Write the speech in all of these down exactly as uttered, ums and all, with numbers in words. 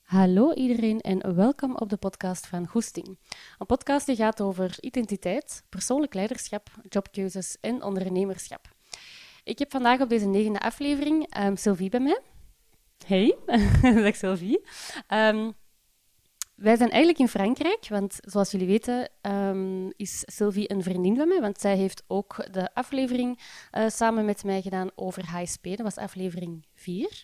Hallo iedereen en welkom op de podcast van Goesting. Een podcast die gaat over identiteit, persoonlijk leiderschap, jobkeuzes en ondernemerschap. Ik heb vandaag op deze negende aflevering um, Sylvie bij mij. Hey, dag Sylvie. Um, wij zijn eigenlijk in Frankrijk, want zoals jullie weten um, is Sylvie een vriendin van mij, want zij heeft ook de aflevering uh, samen met mij gedaan over H S P. Dat was aflevering vier.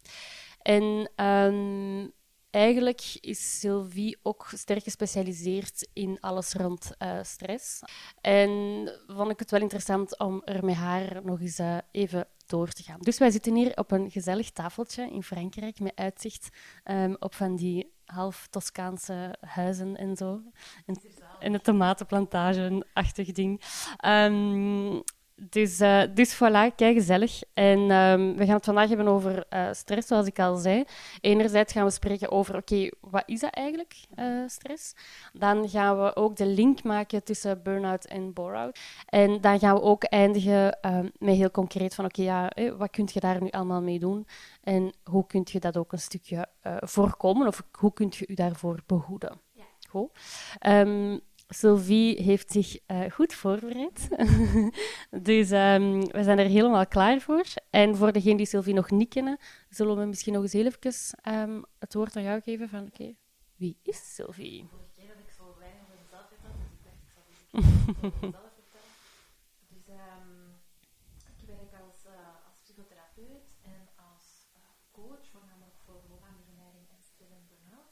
En um, eigenlijk is Sylvie ook sterk gespecialiseerd in alles rond uh, stress. En vond ik het wel interessant om er met haar nog eens uh, even door te gaan. Dus wij zitten hier op een gezellig tafeltje in Frankrijk met uitzicht um, op van die half Toscaanse huizen en zo. En, en een tomatenplantage-achtig ding. Um, Dus, uh, dus voilà, kei gezellig. En um, we gaan het vandaag hebben over uh, stress, zoals ik al zei. Enerzijds gaan we spreken over, oké, okay, wat is dat eigenlijk, uh, stress? Dan gaan we ook de link maken tussen burn-out en bore-out. En dan gaan we ook eindigen um, met heel concreet van, oké, okay, ja, eh, wat kun je daar nu allemaal mee doen? En hoe kun je dat ook een stukje uh, voorkomen? Of hoe kun je je daarvoor behoeden? Ja. Goed. Um, Sylvie heeft zich uh, goed voorbereid. Dus um, we zijn er helemaal klaar voor. En voor degenen die Sylvie nog niet kennen, zullen we misschien nog eens heel even um, het woord aan jou geven van, oké, okay, wie is Sylvie? Vorige keer dat ik zo weinig over mezelf vertelde, dus ik dacht, ik zal eens een keer over mezelf vertellen. Dus um, ik werk als, uh, als psychotherapeut en als uh, coach, voornamelijk voor loopbaanbegeleiding en stress en burn-out.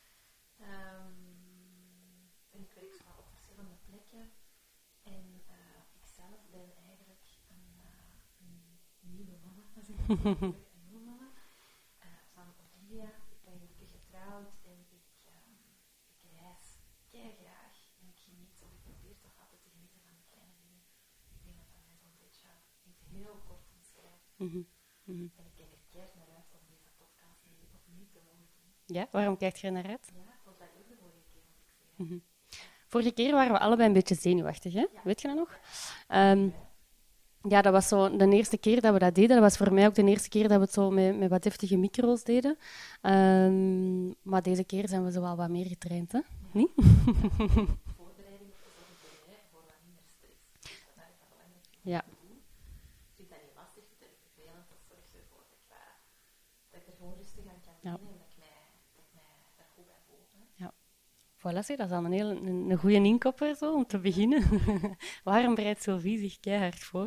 Um, en ik werk zo op verschillende plekken. En uh, ik zelf ben eigenlijk een, uh, een nieuwe mama, als ik het zo zeg, een nieuwe mama uh, van Olivia. Ik ben gelukkig getrouwd en ik, um, ik reis kei graag en ik geniet, of ik probeer toch altijd te genieten van de kleine dingen. Ik denk dat dat mij zo'n beetje iets heel kort omschrijft. Mm-hmm. Mm-hmm. En ik kijk er keihard naar uit om deze podcast nu opnieuw te mogen doen. Ja, waarom kijkt je er naar uit? Ja, ik vond dat ook de vorige keer, moet ik zeggen. Mm-hmm. Vorige keer waren we allebei een beetje zenuwachtig, hè? Ja. Weet je dat nog? Um, ja, dat was zo de eerste keer dat we dat deden. Dat was voor mij ook de eerste keer dat we het zo met, met wat deftige micro's deden. Um, maar deze keer zijn we zo wel wat meer getraind, hè? Ja. Niet? Voorbereiding is ook voor wat minder stress. Dus dat is belangrijk om ja. te doen. Ik vind dat niet lastig, ik vind dat niet vervelend. Dat zorgt ervoor dat ik, uh, dat ik er gewoon rustig aan kan beginnen ja. en dat ik, mij, dat ik mij daar goed bij voel. Hè. Ja. Voilà, zie, dat is al een, heel, een, een goede inkopper zo, om te beginnen. Waarom bereidt Sylvie zich keihard voor?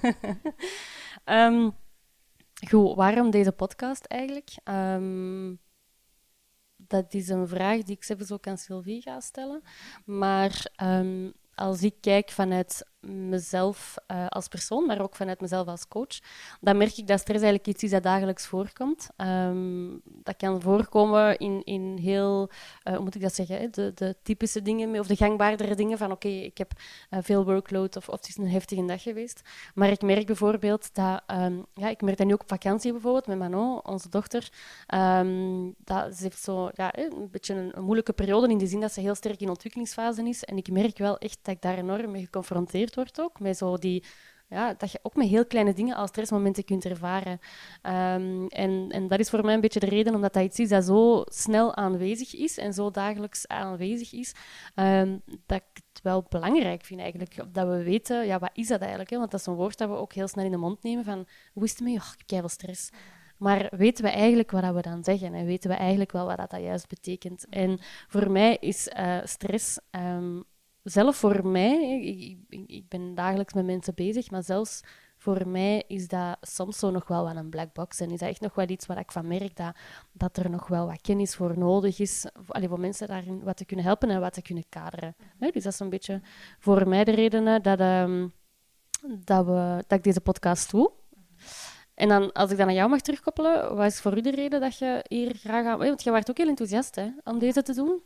um, goed, waarom deze podcast eigenlijk? Um, dat is een vraag die ik zelfs ook aan Sylvie ga stellen. Maar um, als ik kijk vanuit mezelf uh, als persoon, maar ook vanuit mezelf als coach, dan merk ik dat stress eigenlijk iets is dat dagelijks voorkomt. Um, dat kan voorkomen in, in heel, uh, hoe moet ik dat zeggen, hè? De, de typische dingen, of de gangbaardere dingen van oké, okay, ik heb uh, veel workload of, of het is een heftige dag geweest. Maar ik merk bijvoorbeeld dat, um, ja, ik merk dat nu ook op vakantie bijvoorbeeld met Manon, onze dochter, um, dat ze heeft zo ja, een beetje een, een moeilijke periode in de zin dat ze heel sterk in ontwikkelingsfase is. En ik merk wel echt dat ik daar enorm mee geconfronteerd wordt ook. Met zo die, ja, dat je ook met heel kleine dingen als stressmomenten kunt ervaren. Um, en, en dat is voor mij een beetje de reden, omdat dat iets is dat zo snel aanwezig is en zo dagelijks aanwezig is, um, dat ik het wel belangrijk vind eigenlijk. Dat we weten, ja, wat is dat eigenlijk? Hè? Want dat is een woord dat we ook heel snel in de mond nemen van, hoe is het met je? Oh, ik heb keiveel stress. Maar weten we eigenlijk wat we dan zeggen? En weten we eigenlijk wel wat dat juist betekent? En voor mij is uh, stress... Um, Zelf voor mij, ik, ik, ik ben dagelijks met mensen bezig, maar zelfs voor mij is dat soms zo nog wel wat een black box. En is dat echt nog wel iets waar ik van merk dat, dat er nog wel wat kennis voor nodig is, allee, voor mensen daarin wat te kunnen helpen en wat te kunnen kaderen. Nee, dus dat is een beetje voor mij de reden dat, um, dat, we, dat ik deze podcast doe. En dan, als ik dan naar jou mag terugkoppelen, wat is voor u de reden dat je hier graag aan... Want je was ook heel enthousiast hè, om deze te doen.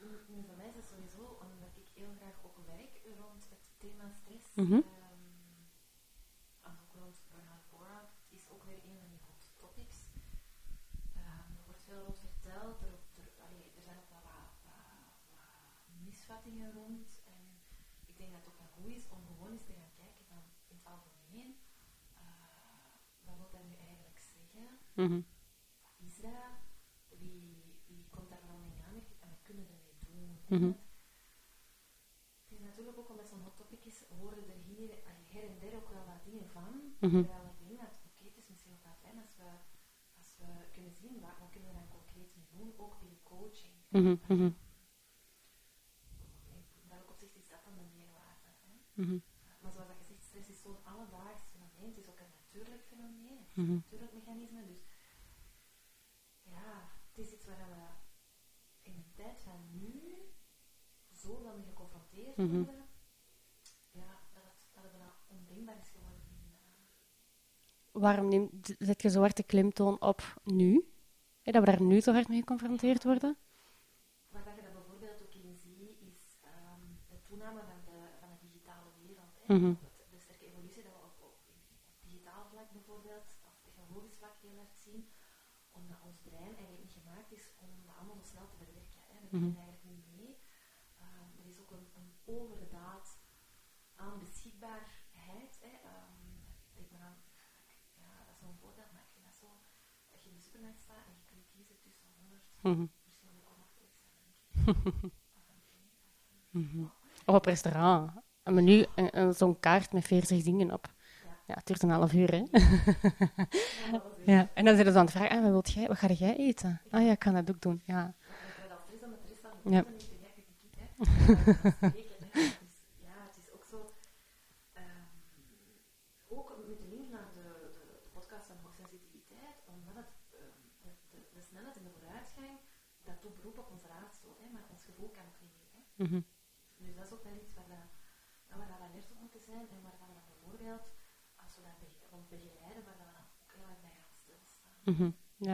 Mm-hmm. Um, en ook rond burn-out bore-out is ook weer een van die hot topics. Um, er wordt veel rond verteld, er, er, allee, er zijn ook wel wat, wat, wat misvattingen rond. En ik denk dat het ook wel goed is om gewoon eens te gaan kijken van in het algemeen. Uh, wat wil dat nu eigenlijk zeggen? Mm-hmm. Wat is dat? Wie, wie kunnen ermee doen? Mm-hmm. Het is natuurlijk ook omdat zo'n hot topic is, horen er hier her en der ook wel wat dingen van. Mm-hmm. Terwijl ik denk dat, oké, okay, het is misschien ook wel fijn als we, als we kunnen zien wat, wat kunnen we dan concreet mee doen, ook binnen coaching. Mm-hmm. Mm-hmm. In welk opzicht is dat dan de meerwaarde? Hè? Mm-hmm. Maar zoals je zegt, stress is zo'n alledaags fenomeen. Het is ook een natuurlijk fenomeen. Het is Mm-hmm. een natuurlijk mechanisme. Dus ja, het is iets waar we in de tijd van nu zo dan mee geconfronteerd Mm-hmm. worden. Ja, dat het, dat het bijna ondenkbaar is geworden. In, uh... Waarom neem, zet je zo hard de klemtoon op nu? Hè, dat we daar nu zo hard mee geconfronteerd worden? Waar dat je dat bijvoorbeeld ook in ziet, is um, de toename van de, van de digitale wereld. Hè. Mm-hmm. De sterke evolutie dat we op, op, op digitaal vlak bijvoorbeeld, of technologisch vlak heel erg zien, omdat ons brein eigenlijk niet gemaakt is om dat allemaal zo snel te verwerken. Hè. Dat Mm-hmm. doen eigenlijk niet mee. Um, er is ook een, een overdaad aan beschikbaarheid. Hè. Um, denk maar aan, ja, dat is zo'n voorbeeld, maar ik vind dat zo, dat je in de supermarkt staat en je kunt kiezen tussen honderd Mm-hmm. verschillende cornflakes. Mm-hmm. Of op restaurant. Een menu, en, en zo'n kaart met veertig dingen op. Ja. Ja, het duurt een half uur, hè. Ja, dat is Ja. En dan zitten ze aan het vragen, ah, wat, wilt jij, wat ga jij eten? Ah ja, ik kan dat ook doen, ja. Ja, ik ben al stress aan het rest aan het Ja. eten, ik ben jij kritiek, hè. Dat is zeker, hè. Dus ja, het is ook zo... Um, ook met de link naar de, de, de podcast van hoogsensitiviteit, omdat het, um, de, de, de snelheid en de vooruitgang, dat doet beroep op ons raadsel, hè, maar ons gevoel kan ook niet meer, hè. Mm-hmm. Dus dat is ook wel iets waar, dat, waar we alert op moeten zijn en waar we dan bijvoorbeeld, als we dat be- rond begeleiden, waar we dan ook heel erg bij gaan stilstaan. Mm-hmm. Ja.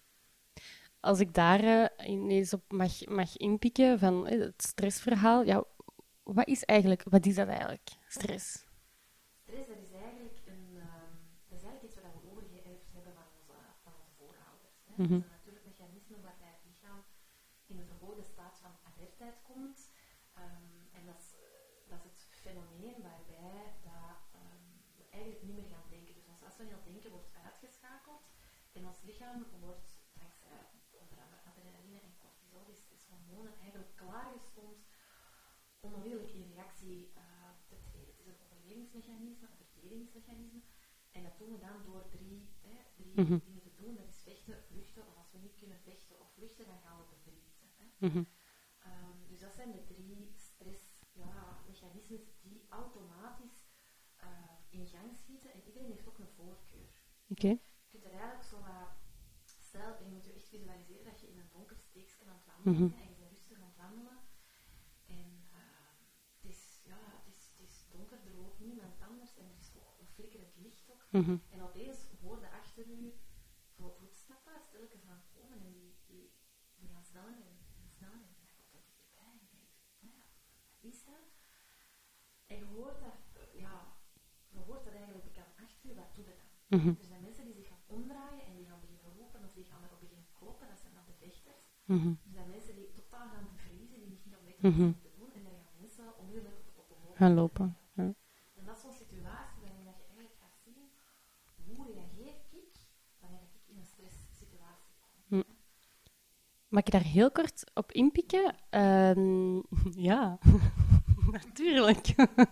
Als ik daar uh, ineens op mag, mag inpikken van uh, het stressverhaal, ja, wat is eigenlijk, wat is dat eigenlijk, stress? Stress, dat is eigenlijk, een, um, dat is eigenlijk iets wat we overgeërfd hebben van onze, van onze voorouders. Hè. Mm-hmm. Dat is een natuurlijk mechanisme waarbij het lichaam in een verhoogde staat van alertheid komt. Um, en dat is, uh, dat is het fenomeen waarbij dat, um, we eigenlijk niet meer gaan denken. Dus ons rationeel denken wordt uitgeschakeld en ons lichaam wordt dankzij onder andere adrenaline en cortisol, die stresshormonen, eigenlijk klaargestoomd om onmiddellijk in reactie uh, te treden. Het is een overlevingsmechanisme, een verdedigingsmechanisme. En dat doen we dan door drie, hè, drie Mm-hmm. dingen te doen. Dat is vechten, vluchten, of als we niet kunnen vechten of vluchten, dan gaan we bevriezen. Hè. Mm-hmm. Um, dus dat zijn de drie stressmechanismes ja, die automatisch uh, in gang schieten. En iedereen heeft ook een voorkeur. Oké. Okay. Je kunt er eigenlijk zo wat... Stel, je moet je echt visualiseren dat je in een donker steekje aan het wandelen Mm-hmm. bent en je bent rustig aan het wandelen. En uh, het, is, ja, het, is, het is donker, er loopt niemand anders en er is toch een flikkerend licht ook. Mm-hmm. En opeens hoorde achter u zo voetstappen stilletjes aan komen en die, die, die gaan sneller en, en sneller en dan komt er dichterbij en je denkt, nou ja, wat is dat? En je hoort dat, uh, ja, je hoort dat eigenlijk bekend achter u, wat doe je dan? Mm-hmm. Dus zijn mensen die zich gaan omdraaien en die gaan beginnen roepen of die gaan erop beginnen kloppen, dat zijn dan de vechters. Mm-hmm. Er zijn mensen die totaal gaan bevriezen, die misschien nog weten Mm-hmm. wat ze moeten doen en dan gaan mensen onmiddellijk op, op de hoogte Gaan lopen. Ja. En dat is zo'n situatie waarin je eigenlijk gaat zien hoe reageer ik wanneer ik in een stresssituatie kom. Mm. Mag ik daar heel kort op inpikken? Um, ja, natuurlijk.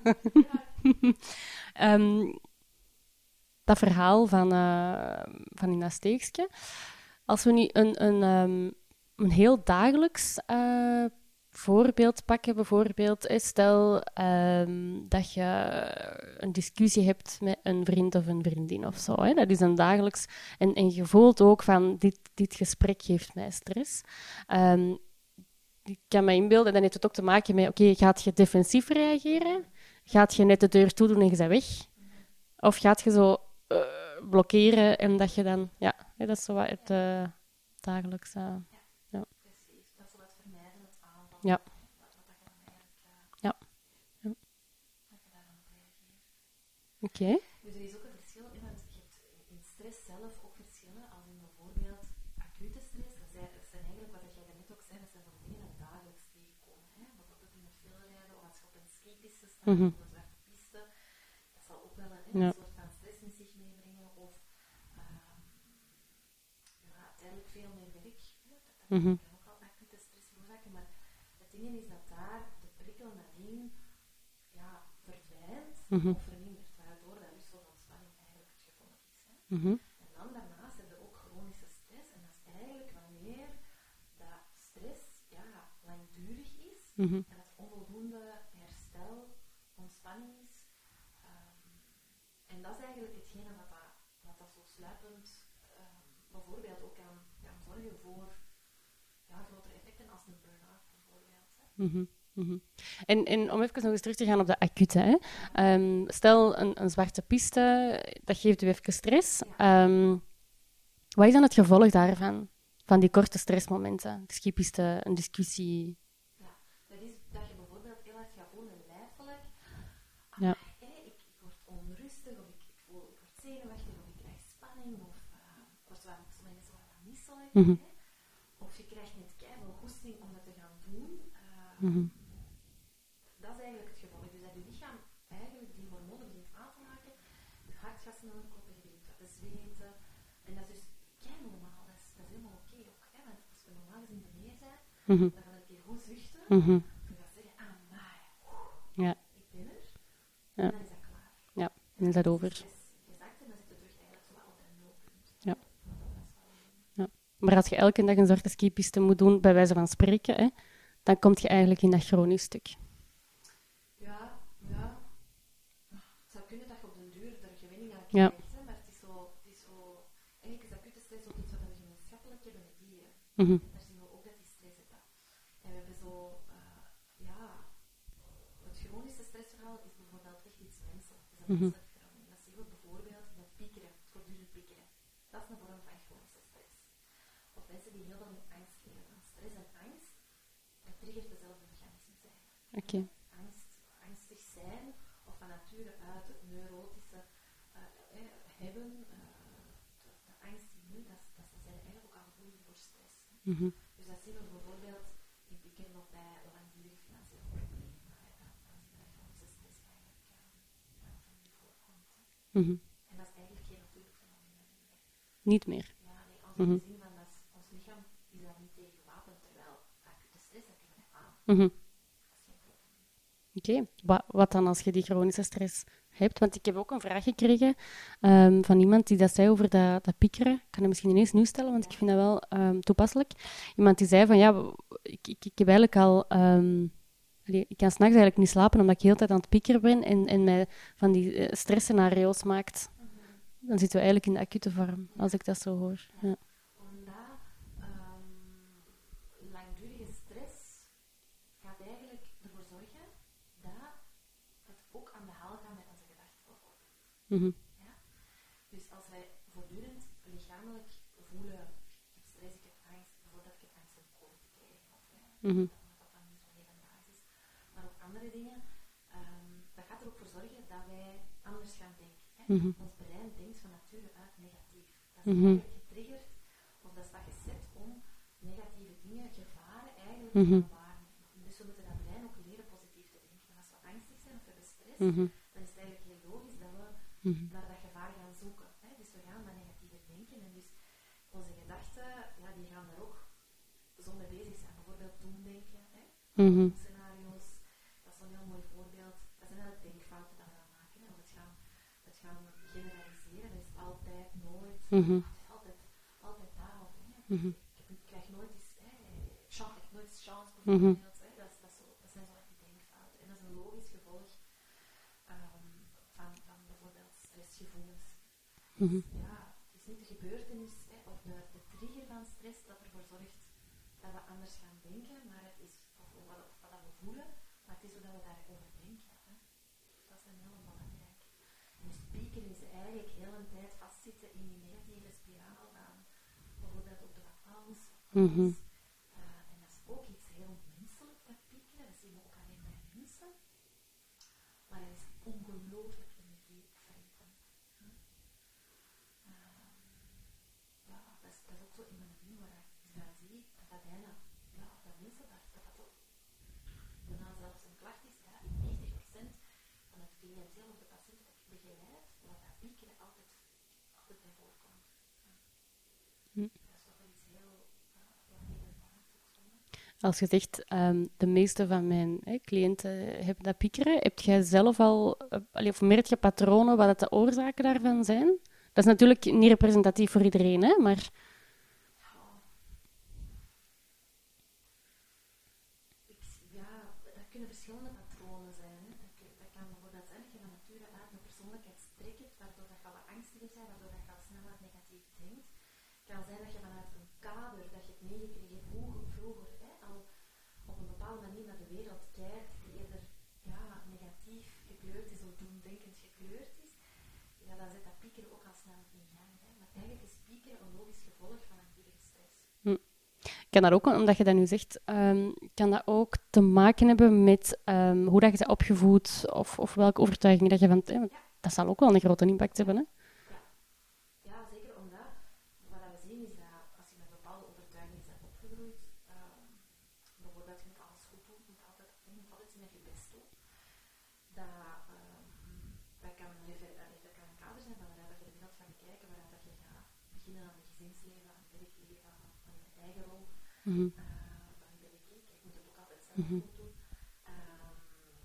um, dat verhaal van, uh, van in dat steekje. Als we nu een, een, um, een heel dagelijks uh, voorbeeld pakken, bijvoorbeeld, eh, stel um, dat je een discussie hebt met een vriend of een vriendin of zo. Hè. Dat is een dagelijks... En, en je voelt ook van, dit, dit gesprek geeft mij stress. Um, ik kan me inbeelden, dan heeft het ook te maken met, oké, okay, gaat je defensief reageren? Gaat je net de deur toedoen en je bent weg? Of gaat je zo uh, blokkeren en dat je dan... Ja, hè, dat is zo wat het uh, dagelijks... Uh, ja, precies. Dat is zo wat vermijden, het aanvallen. Ja. Wat, wat dat je dan eigenlijk... Uh, ja. ja. Dat je daar dan op reageert. Oké. Okay. Dus er is ook een verschil, hè, want je hebt in stress zelf ook verschillen, als in bijvoorbeeld acute stress. Dat zijn, dat zijn eigenlijk, wat jij daarnet ook zei, dat zijn van dingen die dagelijks tegenkomen. Hè. Bijvoorbeeld in de file rijden, of als je op een skipiste staat, mm-hmm. op een zwarte piste. Dat zal ook wel een, ja. een soort van stress met zich meebrengen. Of um, ja, uiteindelijk veel meer werk. Hè. Dat, dat mm-hmm. kan ook al acute stress veroorzaken, maar ding is dat daar de prikkel nadien ja, verdwijnt Mhm. of vermindert, waardoor dat dus zo'n ontspanning eigenlijk het gevolg is. Hè. Mhm. En dan daarnaast hebben we ook chronische stress en dat is eigenlijk wanneer dat stress ja, langdurig is Mhm. en dat onvoldoende herstel, ontspanning is. Um, en dat is eigenlijk hetgene wat dat, wat dat zo sluipend um, bijvoorbeeld ook kan, kan zorgen voor ja, grotere effecten als een burn-out bijvoorbeeld. Hè. Mhm. Mhm. En, en om even nog eens terug te gaan op de acute. Hè. Um, stel, een, een zwarte piste, dat geeft u even stress. Um, wat is dan het gevolg daarvan? Van die korte stressmomenten? De skipiste, een discussie. Ja, dat is dat je bijvoorbeeld heel hard gaat voelen lijfelijk. Ah, Ja. hey, ik, ik word onrustig, of ik, ik, voel, ik word zenuwachtig, of ik krijg spanning, of uh, ik word wel sommige mensen wel wat misselijk. Mhm. Hè? Of je krijgt net keiveel goesting om dat te gaan doen. Uh, Mhm. Dat is eigenlijk het gevolg. Dus dat je lichaam eigenlijk die hormonen begint aan te maken, je hart gaat sneller kloppen, je begint wat te zweten. En dat is dus kei normaal, dat is, dat is helemaal oké okay ook. Hè? Want als we normaal gezien beneden zijn, Mhm. dan ga ik hier goed zuchten. Mhm. Je gaat zeggen, ah, maar, Ja. ik ben er. Ja. En dan is dat klaar. Ja, dan is dat over. Stress gezakt en dan zit je terug eigenlijk zo op dat nulpunt. Ja. Dat is wel een- Ja. Maar als je elke dag een zwarte skipiste moet doen, bij wijze van spreken, hè, dan kom je eigenlijk in dat chronisch stuk. Ja, ja. Het zou kunnen dat je op den duur er gewenning aan Ja. krijgt, hè, maar het is zo, het is zo... Eigenlijk is acute stress ook iets wat we gemeenschappelijk hebben met dieren. Mhm. Daar zien we ook dat die stress hebben. En we hebben zo, uh, ja, het chronische stressverhaal is bijvoorbeeld echt iets menselijk. Het is een Mhm. menselijk fenomeen. Dat zien we bijvoorbeeld in het piekeren, het voortdurend piekeren. Dat is een vorm van chronische stress. Of mensen die heel veel in angst leven. Want stress en angst, dat triggert dezelfde mechanismes eigenlijk. Oké. Okay. Angst, angstig zijn, of van nature uit het neurotische uh, eh, hebben, uh, de, de angst in nu, dat, dat, dat zijn eigenlijk ook al gevoelig voor stress. Hè. Mhm. Dus dat zien we bijvoorbeeld in piekeren of bij langdurige financiële problemen. Uh, dan, dan zien we dat chronische stress eigenlijk uh, van nu voorkomt. Hè. Mhm. En dat is eigenlijk geen natuurlijk fenomeen meer. Niet meer. Ja, nee, als Mhm. we zien van dat is, ons lichaam is daar niet tegen gewapend, terwijl acute stress, dat kunnen we aan. Mhm. Dat is geen probleem. Oké, okay. Wa- wat dan als je die chronische stress hebt? Want ik heb ook een vraag gekregen um, van iemand die dat zei over dat, dat piekeren. Ik kan het misschien ineens nu stellen, want ik vind dat wel um, toepasselijk. Iemand die zei van, ja, ik, ik, ik heb eigenlijk al... Um, allee, ik kan s'nachts eigenlijk niet slapen, omdat ik de hele tijd aan het piekeren ben en, en mij van die uh, stressscenario's maakt. Mm-hmm. Dan zitten we eigenlijk in de acute vorm, als ik dat zo hoor. Ja. Ja. Omdat um, langdurige stress gaat eigenlijk ervoor zorgen dat het ook aan de haal gaat met onze gedachten bijvoorbeeld. Mm-hmm. Ja? Dus als wij voortdurend lichamelijk voelen, ik heb stress, ik heb angst, bijvoorbeeld ik heb angst om COVID te krijgen, of ja, Mm-hmm. dat dan niet zo hedendaags is, maar ook andere dingen, um, dat gaat er ook voor zorgen dat wij anders gaan denken. Hè? Mm-hmm. Ons brein denkt van nature uit negatief. Dat is Mm-hmm. eigenlijk getriggerd, of dat staat gezet om negatieve dingen, gevaren eigenlijk Mm-hmm. te waarnemen. Dus we moeten dat brein ook leren positief te denken. En als we angstig zijn of we hebben stress, Mm-hmm. dan is het eigenlijk heel logisch dat we Mm-hmm. naar dat gevaar gaan zoeken. Hè? Dus we gaan dat negatieve denken en dus onze gedachten, ja, die gaan daar ook zo mee bezig zijn. Bijvoorbeeld doemdenken, hè? Mm-hmm. Scenario's, dat is zo'n heel mooi voorbeeld. Dat zijn eigenlijk denkfouten dat we dan maken. Hè? Of het gaan, het gaan generaliseren, dat is altijd, nooit, Mm-hmm. altijd, altijd daarop. Hè? Mm-hmm. Ik, heb, ik krijg nooit eens, hè, chance, ik heb nooit eens chance Mm-hmm. bijvoorbeeld. Hè? Dat, is, dat, is zo, dat zijn zo echt die denkfouten. En dat is een logisch gevolg um, van, van bijvoorbeeld stressgevoelens. Mm-hmm. Ja, het is niet de gebeurtenis hè, of de, de trigger van stress dat ervoor zorgt dat we anders gaan denken, maar het is of wat, wat we voelen, maar het is hoe dat we daarover denken. Hè. Dat is een heel belangrijk. En dus piekeren is eigenlijk heel een tijd vastzitten in die negatieve spiraal van bijvoorbeeld op de vakantie. Mm-hmm. Uh, en dat is ook iets heel menselijk, dat piekeren. Dat zien we ook alleen bij mensen. Maar het is ongelooflijk energievretend. Hm? Uh, ja, dat is, dat is ook zo in mijn ding waar ik dan zie dat dat bijna, ja, dat mensen dat, dat, dat ook bijna zelfs een klacht is. Ja, in negentig procent van het cliënteel of de patiënten dat ik begeleid, dat dat piekeren altijd, altijd bij voorkomt. Hm. Hm. Dat is toch wel iets heel uh, ja, hedendaags ook zo. Als je zegt, um, de meeste van mijn hè, cliënten hebben dat piekeren, heb jij zelf al, uh, allee, of merk je patronen wat de oorzaken daarvan zijn? Dat is natuurlijk niet representatief voor iedereen, hè, maar... Ja, dat kunnen verschillende patronen zijn. Hè. Dat, dat kan bijvoorbeeld zijn dat je van nature uit een persoonlijkheidstrek hebt, waardoor dat je al angstiger bent, waardoor dat je al sneller negatief denkt. Het kan zijn dat je vanuit een kader dat je hebt meegekregen vroeger, vroeger hè, al op een bepaalde manier naar de wereld kijkt, die eerder ja, negatief gekleurd is of doemdenkend gekleurd is. Ja, dan zet dat piekeren ook al snel in gang. Hè. Maar eigenlijk is piekeren een logisch gevolg van langdurige stress. Hm. Kan dat ook, omdat je dat nu zegt, um, kan dat ook te maken hebben met um, hoe dat je bent opgevoed of, of welke overtuiging dat je van... Eh, Ja. Dat zal ook wel een grote impact hebben, hè? Ja, ja zeker omdat wat we zien is dat als je met bepaalde overtuigingen bent opgegroeid, um, bijvoorbeeld je moet alles goed doen, je moet altijd, je moet altijd zien dat je best doet, dat, um, dat, kan een refer- dat kan een kader zijn van waaruit dat je de wereld gaat bekijken, waaruit dat je gaat beginnen aan je gezinsleven, aan je werkleven, aan, aan je eigen rol. Mm-hmm. Uh, van wie ben ik? Ik moet het ook altijd zelf Mm-hmm. goed doen. Um,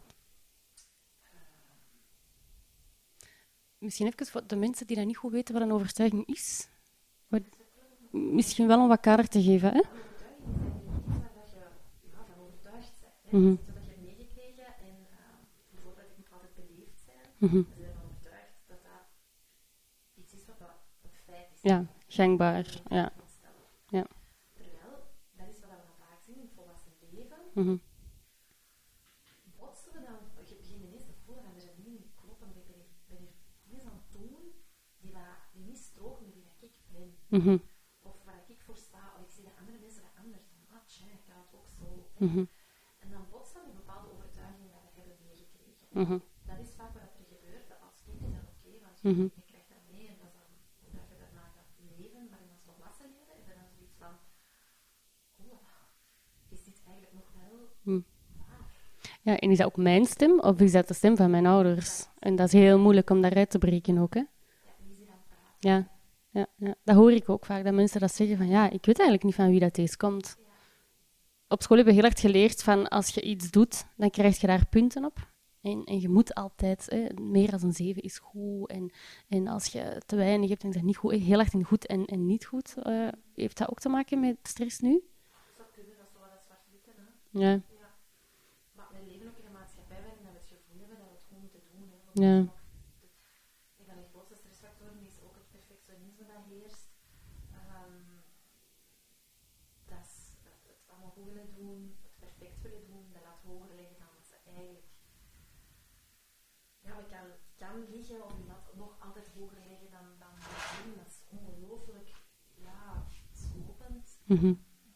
uh, Misschien even voor de mensen die dat niet goed weten wat een overtuiging is. Wat, misschien wel om wat kader te geven, hè? Een overtuiging is eigenlijk iets waar dat je ja, van overtuigd bent. Hè? Mm-hmm. Dat is iets wat je hebt meegekregen en uh, bijvoorbeeld ik moet altijd beleefd zijn. Mm-hmm. Dus ik ben ervan overtuigd dat dat iets is wat dat een feit is. Ja, gangbaar. Ja. Ja. Terwijl, dat is wat we dan vaak zien in het volwassen leven. Mm-hmm. Botsen we dan, je begint ineens te voelen van er zijn dingen niet kloppen, of ik ben hier, ben hier dingen aan het doen die, wat, die niet stroken met wie dat ik ben. Mm-hmm. Of waar ik voor sta, of ik zie dat andere mensen dat anders doen. Ah, tja, ik kan het ook zo. Mm-hmm. En dan botsen we bepaalde overtuigingen dat we hebben meegekregen. Mm-hmm. Dat is vaak wat er gebeurt. Dat als kind is dat oké, okay, want je, Mm-hmm. je krijgt dat mee en dat is dan hoe dat je daarna gaat leven. Maar in als volwassen leven heb je dan zoiets van, oh, is dit eigenlijk nog wel Mm. waar? Ja, en is dat ook mijn stem of is dat de stem van mijn ouders? En dat is heel moeilijk om daaruit te breken ook, hè? Ja, wie is hier aan het praten? Ja. Ja, ja, dat hoor ik ook vaak, dat mensen dat zeggen van ja, ik weet eigenlijk niet van wie dat deze komt. Ja. Op school hebben we heel erg geleerd van als je iets doet, dan krijg je daar punten op. En, en je moet altijd, hè, meer dan een zeven is goed. En, en als je te weinig hebt, dan is dat niet goed. Heel erg in goed en, en niet goed. Uh, heeft dat ook te maken met stress nu? Dat zou kunnen, dat is toch wel dat zwart-wit, hè? Ja. Ja. Maar we leven ook in een maatschappij waarin we het gevoel hebben dat we het gewoon moeten doen. Hè. Ja. Een van de grootste stressfactoren is ook het perfectionisme dat heerst. Um, dat is het, het allemaal goed willen doen, het perfect willen doen, de lat hoger leggen dan wat ze eigenlijk... Ja, we kan, kan liggen of die lat nog altijd hoger leggen dan, dan we doen. Dat is ongelooflijk, ja, slopend. Mm-hmm.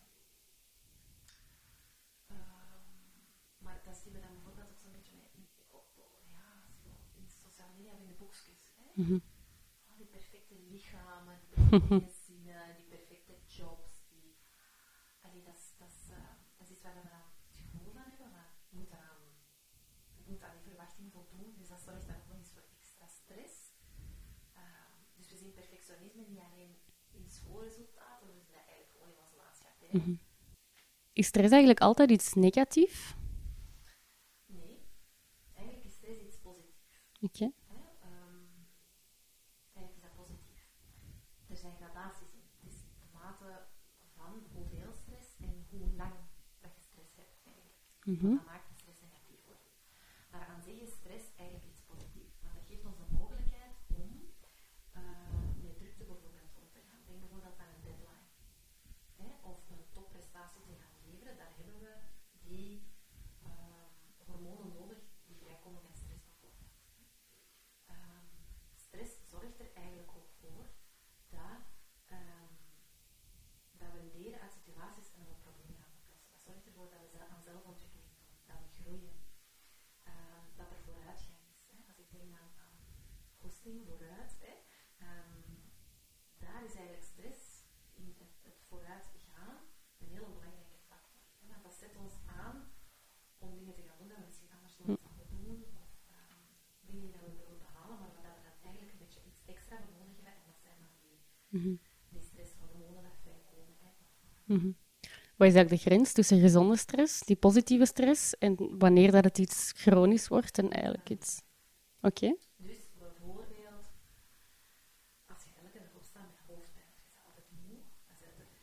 Maar dat zien we dan bijvoorbeeld ook zo'n beetje met, op, ja, zo in de sociale media of in de boekjes. Hè? Mm-hmm. Oh, die perfecte lichamen, die perfecte gezinnen, die perfecte jobs. Die, allee, dat, is, dat, is, uh, dat is iets waar we dan het gevoel van hebben, maar je moet aan, je moet aan die verwachting voldoen. Dus dat zorgt dan ook nog eens voor extra stress. Uh, dus we zien perfectionisme niet alleen in schoolresultaten, we zien dat eigenlijk gewoon in onze maatschappij. Mm-hmm. Is stress eigenlijk altijd iets negatiefs? Nee, eigenlijk is stress iets positiefs. Oké. Hè? Um, eigenlijk is dat positief. Er zijn gradaties in. Het is de mate van hoeveel stress en hoe lang dat je stress hebt eigenlijk. Mm-hmm. Dat maakt de stress negatief worden. Maar aan zich is stress eigenlijk iets positiefs. Want dat geeft ons de mogelijkheid om uh, met drukte bijvoorbeeld om te gaan. Denk bijvoorbeeld aan een deadline. Hè? Of een topprestatie te gaan leveren. Daar hebben we die uh, hormonen nodig die vrijkomen met stress bijvoorbeeld. Um, stress zorgt er eigenlijk ook voor dat, um, dat we leren uit situaties en we problemen gaan oplossen. Dat zorgt ervoor dat we aan zelfontwikkeling doen, dat we groeien, uh, dat er vooruitgang is. Hè. Als ik denk aan, aan goesting, vooruit, hè, um, daar is eigenlijk stress in het, het vooruit gaan een hele belangrijke factor. Hè, want dat zet ons aan om dingen te gaan doen dat we misschien anders nooit zouden doen, of um, dingen die we willen behalen, maar waar we dan eigenlijk een beetje iets extra voor nodig hebben, en dat zijn dan die, Mm-hmm. die stresshormonen dat vrijkomen. Hè. Mm-hmm. Wat is eigenlijk de grens tussen gezonde stress, die positieve stress, en wanneer dat het iets chronisch wordt en eigenlijk iets... Oké. Okay. Dus bijvoorbeeld, als je elke dag opstaat met hoofdpijn, of je bent altijd moe, dan zit het...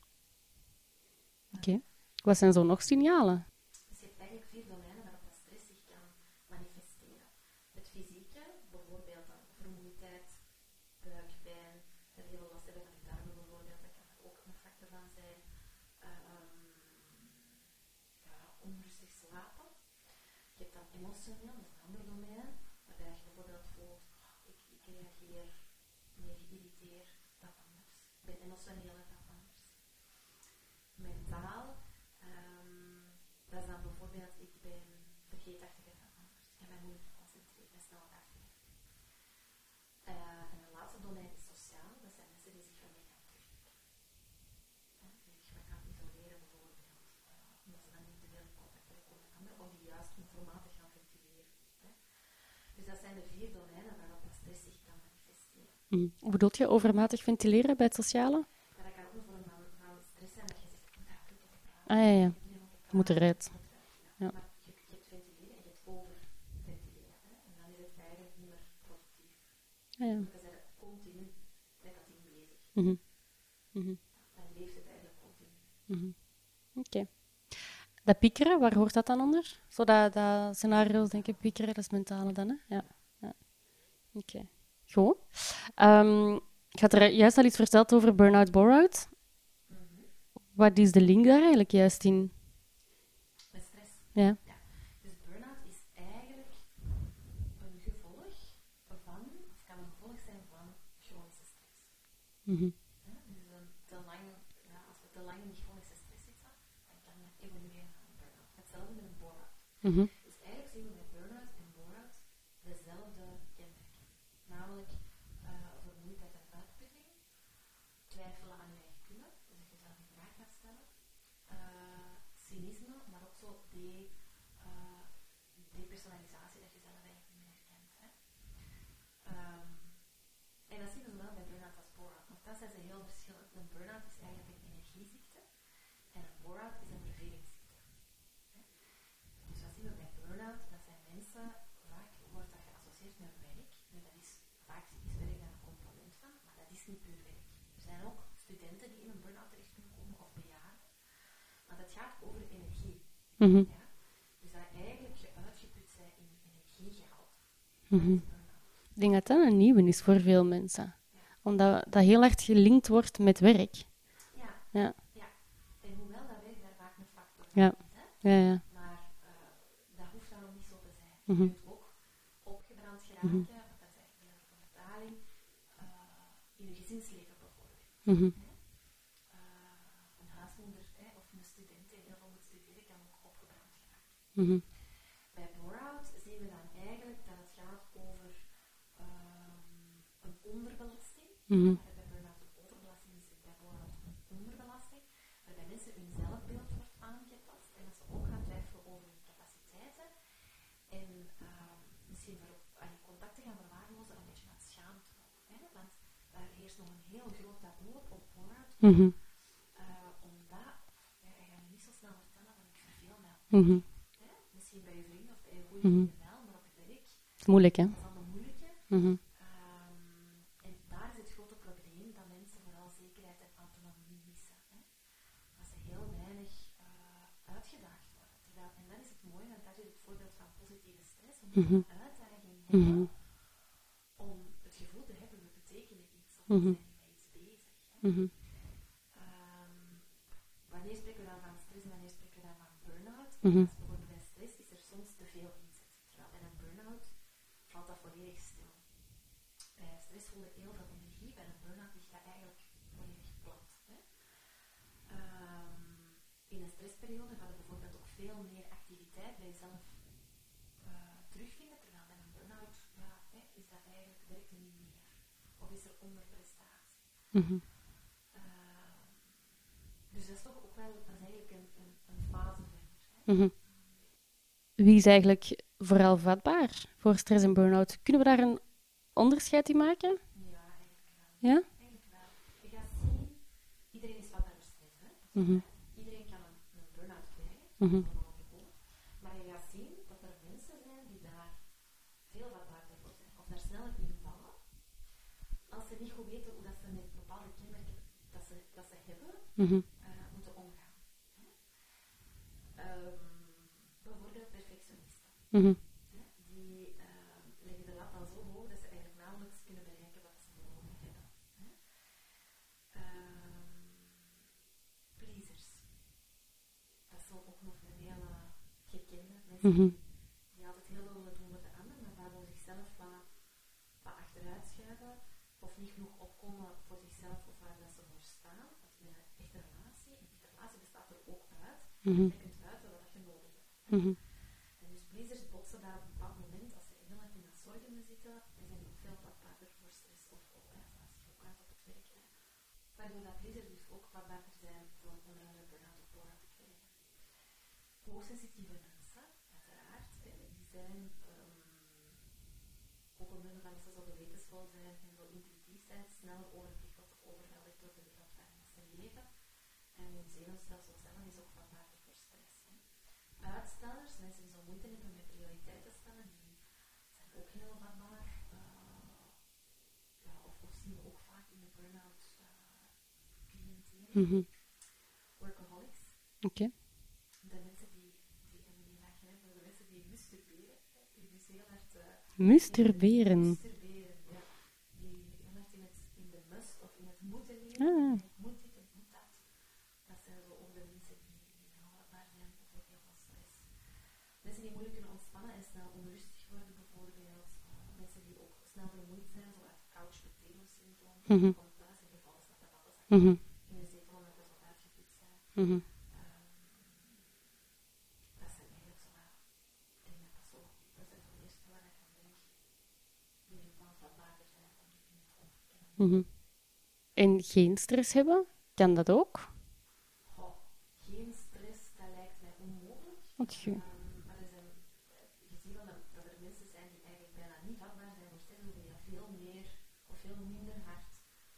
Oké. Okay. Wat zijn zo nog signalen? Dus je hebt eigenlijk vier domeinen waarop dat stress zich kan manifesteren. Het fysieke, bijvoorbeeld dan vermoeidheid, buikpijn, dat heel veel last hebben van je darmen bijvoorbeeld, dat kan er ook een factor van zijn. Um, ja, onrustig slapen. Je hebt dan emotioneel, dat is een ander domein, waarbij je bijvoorbeeld voelt, oh, ik, ik reageer meer geïrriteerd dan anders. Ik ben emotioneler dan anders. Mentaal, um, dat is dan bijvoorbeeld, ik ben vergeetachtiger dan anders. Ik kan mij moeilijk concentreren, ben snel afgeleid. Uh, en het laatste domein is sociaal, dat zijn mensen die zich van mij gaan terugtrekken. Ja, die zich wat gaan isoleren bijvoorbeeld, uh, omdat ze dan niet te veel in contact komen met anderen, of die juist informatie gaan ventileren. Hè. Dus dat zijn de vier domeinen waarop dat stress zich kan manifesteren. Mm. Hoe bedoelt je overmatig ventileren bij het sociale? Maar dat kan ook een vorm van, van stress zijn, dat je zegt, ik moet daar ook over praten. Ah ja, ja. Je moet eruit. Ja. Maar je, je hebt ventileren en je hebt overventileren. Hè. En dan is het eigenlijk niet meer productief. Ah, ja. Want dan zijn we continu met dat ding bezig. Mm-hmm. Mm-hmm. Dan leeft het eigenlijk continu. Mm-hmm. Oké. Okay. Dat piekeren, waar hoort dat dan onder? Zo dat, dat scenario's, denk ik, piekeren, dat is mentale dan, hè? Ja. Ja. Oké. Okay. Goed. Um, ik had er juist al iets verteld over burn-out, bore-out. Mm-hmm. Wat is de link daar eigenlijk juist in? Met stress? Ja. Ja. Dus burn-out is eigenlijk een gevolg van, of kan een gevolg zijn van chronische stress. Mm-hmm. Ja, dus een te lang, ja, als we te lang in die chronische stress zitten, dan kan dat evolueren naar een burn-out. Hetzelfde met een bore-out. Mm-hmm. Dus eigenlijk zien we met burn-out en bore-out dezelfde kenmerken. Namelijk uh, vermoeidheid en uitputting, twijfelen aan je eigen kunnen, dus dat je zelf in vraag gaat stellen, uh, cynisme, maar ook zo de, uh, depersonalisatie, dat je zelf eigenlijk niet meer herkent. Hè. Um, en dat zien we zowel bij burn-out als bore-out. Nochtans zijn ze heel verschillend. Een burn-out is eigenlijk een energieziekte en een bore-out is een vervelingsziekte. Hè. Dus wat zien we bij burn-out? Dat zijn mensen, vaak wordt dat geassocieerd met werk. Nu, dat is, vaak is werk daar een component van, maar dat is niet puur werk. Er zijn ook studenten die in een burn-out terecht kunnen komen, of bejaarden. Maar dat gaat over energie. Mm-hmm. Ja? Dus dat eigenlijk je uitgeput zijn in energiegehalte. Mm-hmm. Ik denk dat dat een nieuwe is voor veel mensen. Ja. Omdat dat heel hard gelinkt wordt met werk. Ja. Ja. Ja. En hoewel dat werk daar vaak een factor van Ja. is, hè? Ja, ja. Maar uh, dat hoeft daarom niet zo te zijn. Mm-hmm. Je kunt ook opgebrand geraken, Mm-hmm. want dat is eigenlijk een andere vertaling, uh, in je gezinsleven bijvoorbeeld. Mm-hmm. Uh, een huismoeder hè, of een student die heel veel moet studeren, kan ook opgebrand geraken. Mm-hmm. Bij bore-out zien we dan eigenlijk dat het gaat over um, een onderbelasting. Mm-hmm. Bij burn-out een overbelasting is, bij bore-out een onderbelasting, waarbij mensen hun zelfbeeld wordt aangetast en dat ze ook gaan twijfelen over hun capaciteiten en uh, misschien voor uh, contacten gaan verwaarlozen, een beetje aan schaamte ook. Hè? Want daar heerst nog een heel groot taboe op bore-out. Mm-hmm. Uh, omdat, ja, ik ga je niet zo snel vertellen, want ik verveel mij. Mm-hmm. Hè? Misschien bij je vrienden of bij je goede Mm-hmm. vrienden wel, maar op het werk, Het is moeilijk, hè? dat is allemaal moeilijker. Mm-hmm. Um, en daar is het grote probleem dat mensen vooral zekerheid en autonomie missen. Hè? Dat ze heel weinig uh, uitgedaagd worden. Terwijl, en dat is het mooie, want daar zit het voorbeeld van positieve stress, om Mm-hmm. een uitdaging te hebben, Mm-hmm. om het gevoel te hebben, we betekenen iets, of Mm-hmm. we zijn met iets bezig. Hè? Mm-hmm. Um, wanneer spreken we dan van stress en wanneer spreken we dan van burn-out? Mm-hmm. Als bijvoorbeeld bij stress is er soms te veel inzet. Terwijl bij een burn-out valt dat volledig stil. Bij stress voel je heel veel energie, bij een burn-out ligt dat eigenlijk volledig plat. Hè? Um, in een stressperiode ga je bijvoorbeeld ook veel meer activiteit bij jezelf uh, terugvinden, terwijl bij een burn-out ja, hè, is dat eigenlijk, werkt er niet meer. Of is er onderprestatie. Mm-hmm. Uh, dus dat is toch ook wel, dat is eigenlijk een, een, een fase verder. Hè? Mm-hmm. Wie is eigenlijk vooral vatbaar voor stress en burn-out? Kunnen we daar een onderscheid in maken? Ja, eigenlijk wel. Ja? Eigenlijk wel. Je gaat zien, iedereen is vatbaar voor stress. Hè? Mm-hmm. Iedereen kan Mhm. allemaal gekomen. Maar je gaat zien dat er mensen zijn die daar veel vatbaarder voor zijn, of daar sneller in vallen, als ze niet goed weten hoe dat ze met bepaalde kenmerken dat ze, dat ze hebben, Mhm. uh, moeten omgaan. Um, bijvoorbeeld perfectionisten. Mhm. Die uh, leggen de lat dan zo hoog dat ze eigenlijk nauwelijks kunnen bereiken wat ze nodig hebben. Um, pleasers. Dat is ook nog een hele gekende. Mensen Mhm. die, die altijd heel veel willen doen met de ander, maar daardoor zichzelf wat, wat achteruit schuiven of niet genoeg opkomen voor zichzelf of waar dat ze voor staan. Dat is een echte relatie. En die relatie bestaat er ook uit. Mhm. Je kunt uiten wat je nodig hebt. Mhm. En dus pleasers botsen daar op een bepaald moment, als ze heel erg in dat zorgen zitten, en zijn ook veel vatbaarder voor stress of ook isolatie, ook uit op het werk. Hè. Waardoor dat pleasers dus ook vatbaarder zijn voor onder andere burn-out of burn-out te krijgen. Hoogsensitieve mensen, uiteraard, hè, die zijn um, ook omwille van dat ze zo gewetensvol zijn en zo intuïtief zijn, sneller overprikkeld of overweldigd door de wereld waarin ze leven. En hun zenuwstelsel zelf is ook vatbaarder voor stress. Hè. Uitstellers, mensen die zo moeite hebben met prioriteiten stellen, die zijn ook heel vatbaar. Uh, ja, of, of zien we ook vaak in de burn-out uh, cliëntelen. Mhm. Workaholics. Oké. Okay. De mensen die, die en die lachen, hè, de mensen die masturberen, die dus heel hard... Uh, Masturberen? Masturberen, ja. Die heel hard in, het, in de must of in het moeten leven. Ah. Het moet dit, het moet dat. Dat zijn zo ook de mensen die, die heel vatbaar zijn voor heel veel stress. Mensen die moeilijk kunnen ontspannen en snel onrustig worden bijvoorbeeld. Uh, mensen die ook snel vermoeid zijn, zoals couch potato syndroom. Mm-hmm. Van thuis en gevallen staat dat alles Mm-hmm. in de zetel omdat we zo uitgeput zijn. Mm-hmm. Um, dat zijn eigenlijk zo wat, ik denk dat dat zo, dat is het eerste waar ik aan denk, die van vatbaarder zijn dan die in het onbekende. Mm-hmm. En geen stress hebben? Kan dat ook? Oh, geen stress, dat lijkt mij onmogelijk. Okay. Um, maar er zijn, je ziet wel dat, dat er mensen zijn die eigenlijk bijna niet vatbaar zijn voor stress, die dat veel meer of veel minder hard,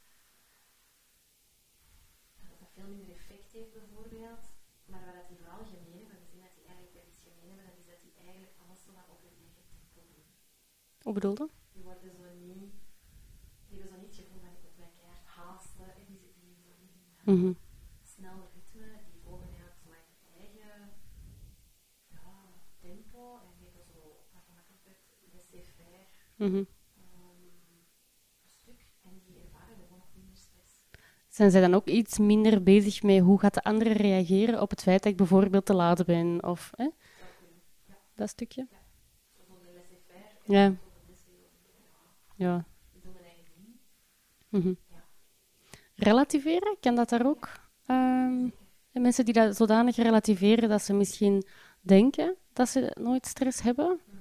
dat dat veel minder effect heeft bijvoorbeeld. Maar wat die vooral gemeen hebben, we zien dat die eigenlijk wel iets gemeen hebben, dat is dat die eigenlijk alles zo wat op hun eigen tempo doen. Hoe bedoel je? Die worden zo niet, die hebben zo niet het gevoel van ik moet mij keihard haasten, en die zitten hier zo niet in een Mm-hmm. snel ritme, die volgen eigenlijk zo hun eigen ja, tempo en die hebben zo, wat gemakkelijk werd, laissez-faire Mm-hmm. um, een stuk en die ervaren gewoon nog minder stress. Zijn zij dan ook iets minder bezig met hoe gaat de ander reageren op het feit dat ik bijvoorbeeld te laat ben? Of, hè? Dat kunnen, ja. Dat stukje? Ja. Zo van de laissez-faire en Ja. zo van mensen die ja, Ja. die doen hun eigen ding. Mm-hmm. Ja. Relativeren, kan dat daar ook? Um, en mensen die dat zodanig relativeren dat ze misschien denken dat ze nooit stress hebben? Mm-hmm.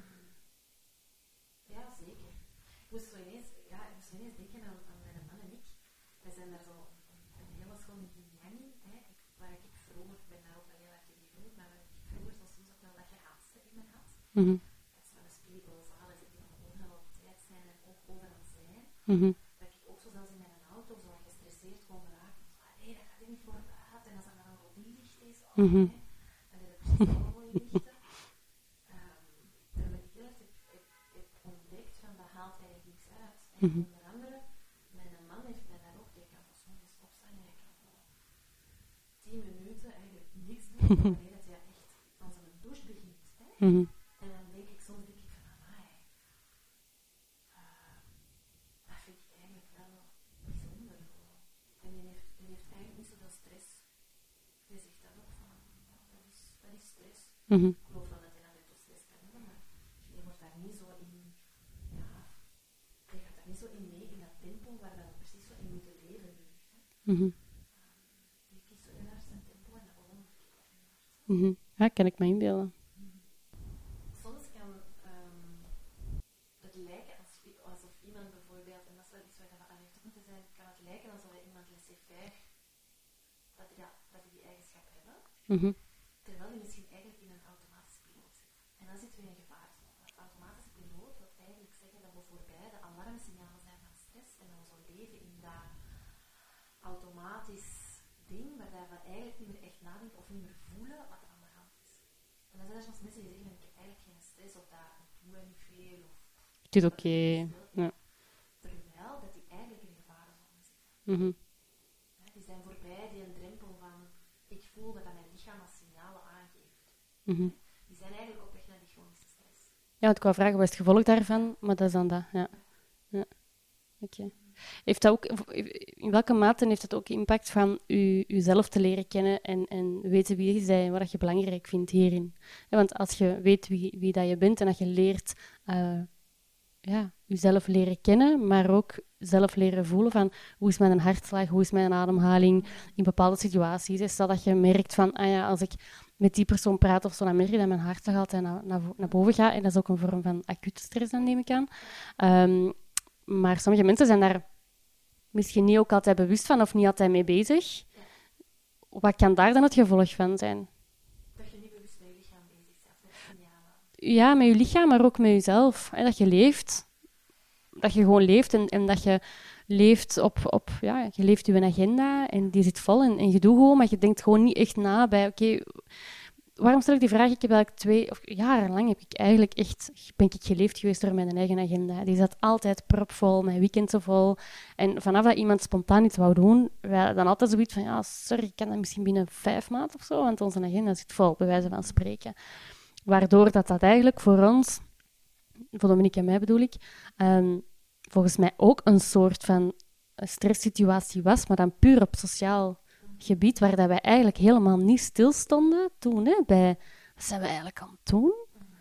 Ja, zeker. Ik moest zo ineens, ja, ik moest zo ineens denken aan, aan mijn man en ik. Wij zijn daar zo een, een hele school in Yin-Yang, hè, waar ik vroeger, ik ben daar ook wel heel erg in gegroeid, maar waar ik vroeger zo soms ook wel dat gehaast in me had. Mm-hmm. Dat is wel een spirituele zaal, is die van overal op tijd zijn en ook overal zijn. Mm-hmm. Dat ik ook zo zelfs in mijn auto zo wat gestresseerd kon raken. Zo, ah, nee, dat gaat er niet voor uit. En als dat dan al die licht is, oh, Mm-hmm. nee, dan heb ik precies alle mooie lichten. Um, terwijl ik heel erg heb, heb, heb ontdekt van dat haalt eigenlijk niks uit. En Mm-hmm. onder andere, mijn man heeft mij daar ook, die kan van soms opstaan en hij kan zo tien minuten eigenlijk niks doen. Wanneer dat hij echt van zijn douche begint. Hè? Mm-hmm. En dan denk ik, soms denk ik van, amai, uh, dat vind ik eigenlijk wel bijzonder. En die heeft, die heeft eigenlijk niet zoveel stress. Die zegt dan ook van, ja, dat is, dat is stress. Mm-hmm. Ik geloof wel dat hij dan net tot stress kan hebben, maar die wordt daar niet zo in, ja, die gaat daar niet zo in mee, in dat tempo waar we precies zo in moeten leven nu. Mm-hmm. Um, die kiest zo heel hard zijn tempo en dat bewonder ik wel heel hard. Mm-hmm. Ja, kan ik me inbeelden. Soms kan um, het lijken als, alsof iemand bijvoorbeeld, en dat is wel iets waar we alert op moeten zijn, kan het lijken alsof iemand laissez-faire, dat die, ja, dat die, die eigenschap hebben, Mm-hmm. terwijl die misschien eigenlijk in een automatische piloot zit. En dan zitten we in een gevaarzone. Want automatische piloot wil eigenlijk zeggen dat we voorbij de alarmsignalen zijn van stress en dat we zo leven in dat automatisch ding waar we eigenlijk niet meer echt nadenken of niet meer voelen wat er aan de hand is. En dan zijn er soms mensen die zeggen, ik heb eigenlijk geen stress of dat, ik doe dat niet veel. Of, Het is oké. Okay. Ja. Terwijl dat die eigenlijk in gevarenzone zitten. Mm-hmm. Ja, die zijn voorbij die een drempel van, ik voel dat, dat mijn lichaam als signalen aangeeft. Mm-hmm. Die zijn eigenlijk op weg naar die chronische stress. Ja, want ik wou vragen, wat is het gevolg daarvan? Maar dat is dan dat, ja. Ja. Oké. Okay. Heeft dat ook, in welke mate heeft het ook impact van u, uzelf te leren kennen en, en weten wie je bent en wat je belangrijk vindt hierin? Ja, want als je weet wie, wie dat je bent en dat je leert uh, ja, jezelf leren kennen, maar ook zelf leren voelen van hoe is mijn hartslag, hoe is mijn ademhaling in bepaalde situaties. Stel dat je merkt van, ah ja, als ik met die persoon praat of zo, dan merk je dat mijn hartslag altijd naar, naar, naar boven gaat. En dat is ook een vorm van acute stress, dan neem ik aan. Um, maar sommige mensen zijn daar misschien niet ook altijd bewust van of niet altijd mee bezig. Wat kan daar dan het gevolg van zijn? Dat je niet bewust met je lichaam bezig bent, met signalen. Ja, met je lichaam, maar ook met jezelf. Hè, dat je leeft. Dat je gewoon leeft en, en dat je leeft op, op... Ja, je leeft je agenda en die zit vol en, en je doet gewoon, maar je denkt gewoon niet echt na bij... Oké, okay, waarom stel ik die vraag? Ik heb eigenlijk twee... Of jarenlang heb ik eigenlijk echt... Ben ik geleefd geweest door mijn eigen agenda. Die zat altijd propvol, mijn weekenden vol. En vanaf dat iemand spontaan iets wou doen, wij dan altijd zoiets van... Ja, sorry, ik kan dat misschien binnen vijf maanden of zo, want onze agenda zit vol, bij wijze van spreken. Waardoor dat, dat eigenlijk voor ons... Voor Dominique en mij bedoel ik... Um, volgens mij ook een soort van stresssituatie was, maar dan puur op sociaal gebied, waar dat wij eigenlijk helemaal niet stilstonden toen, hè, bij wat zijn we eigenlijk aan het doen?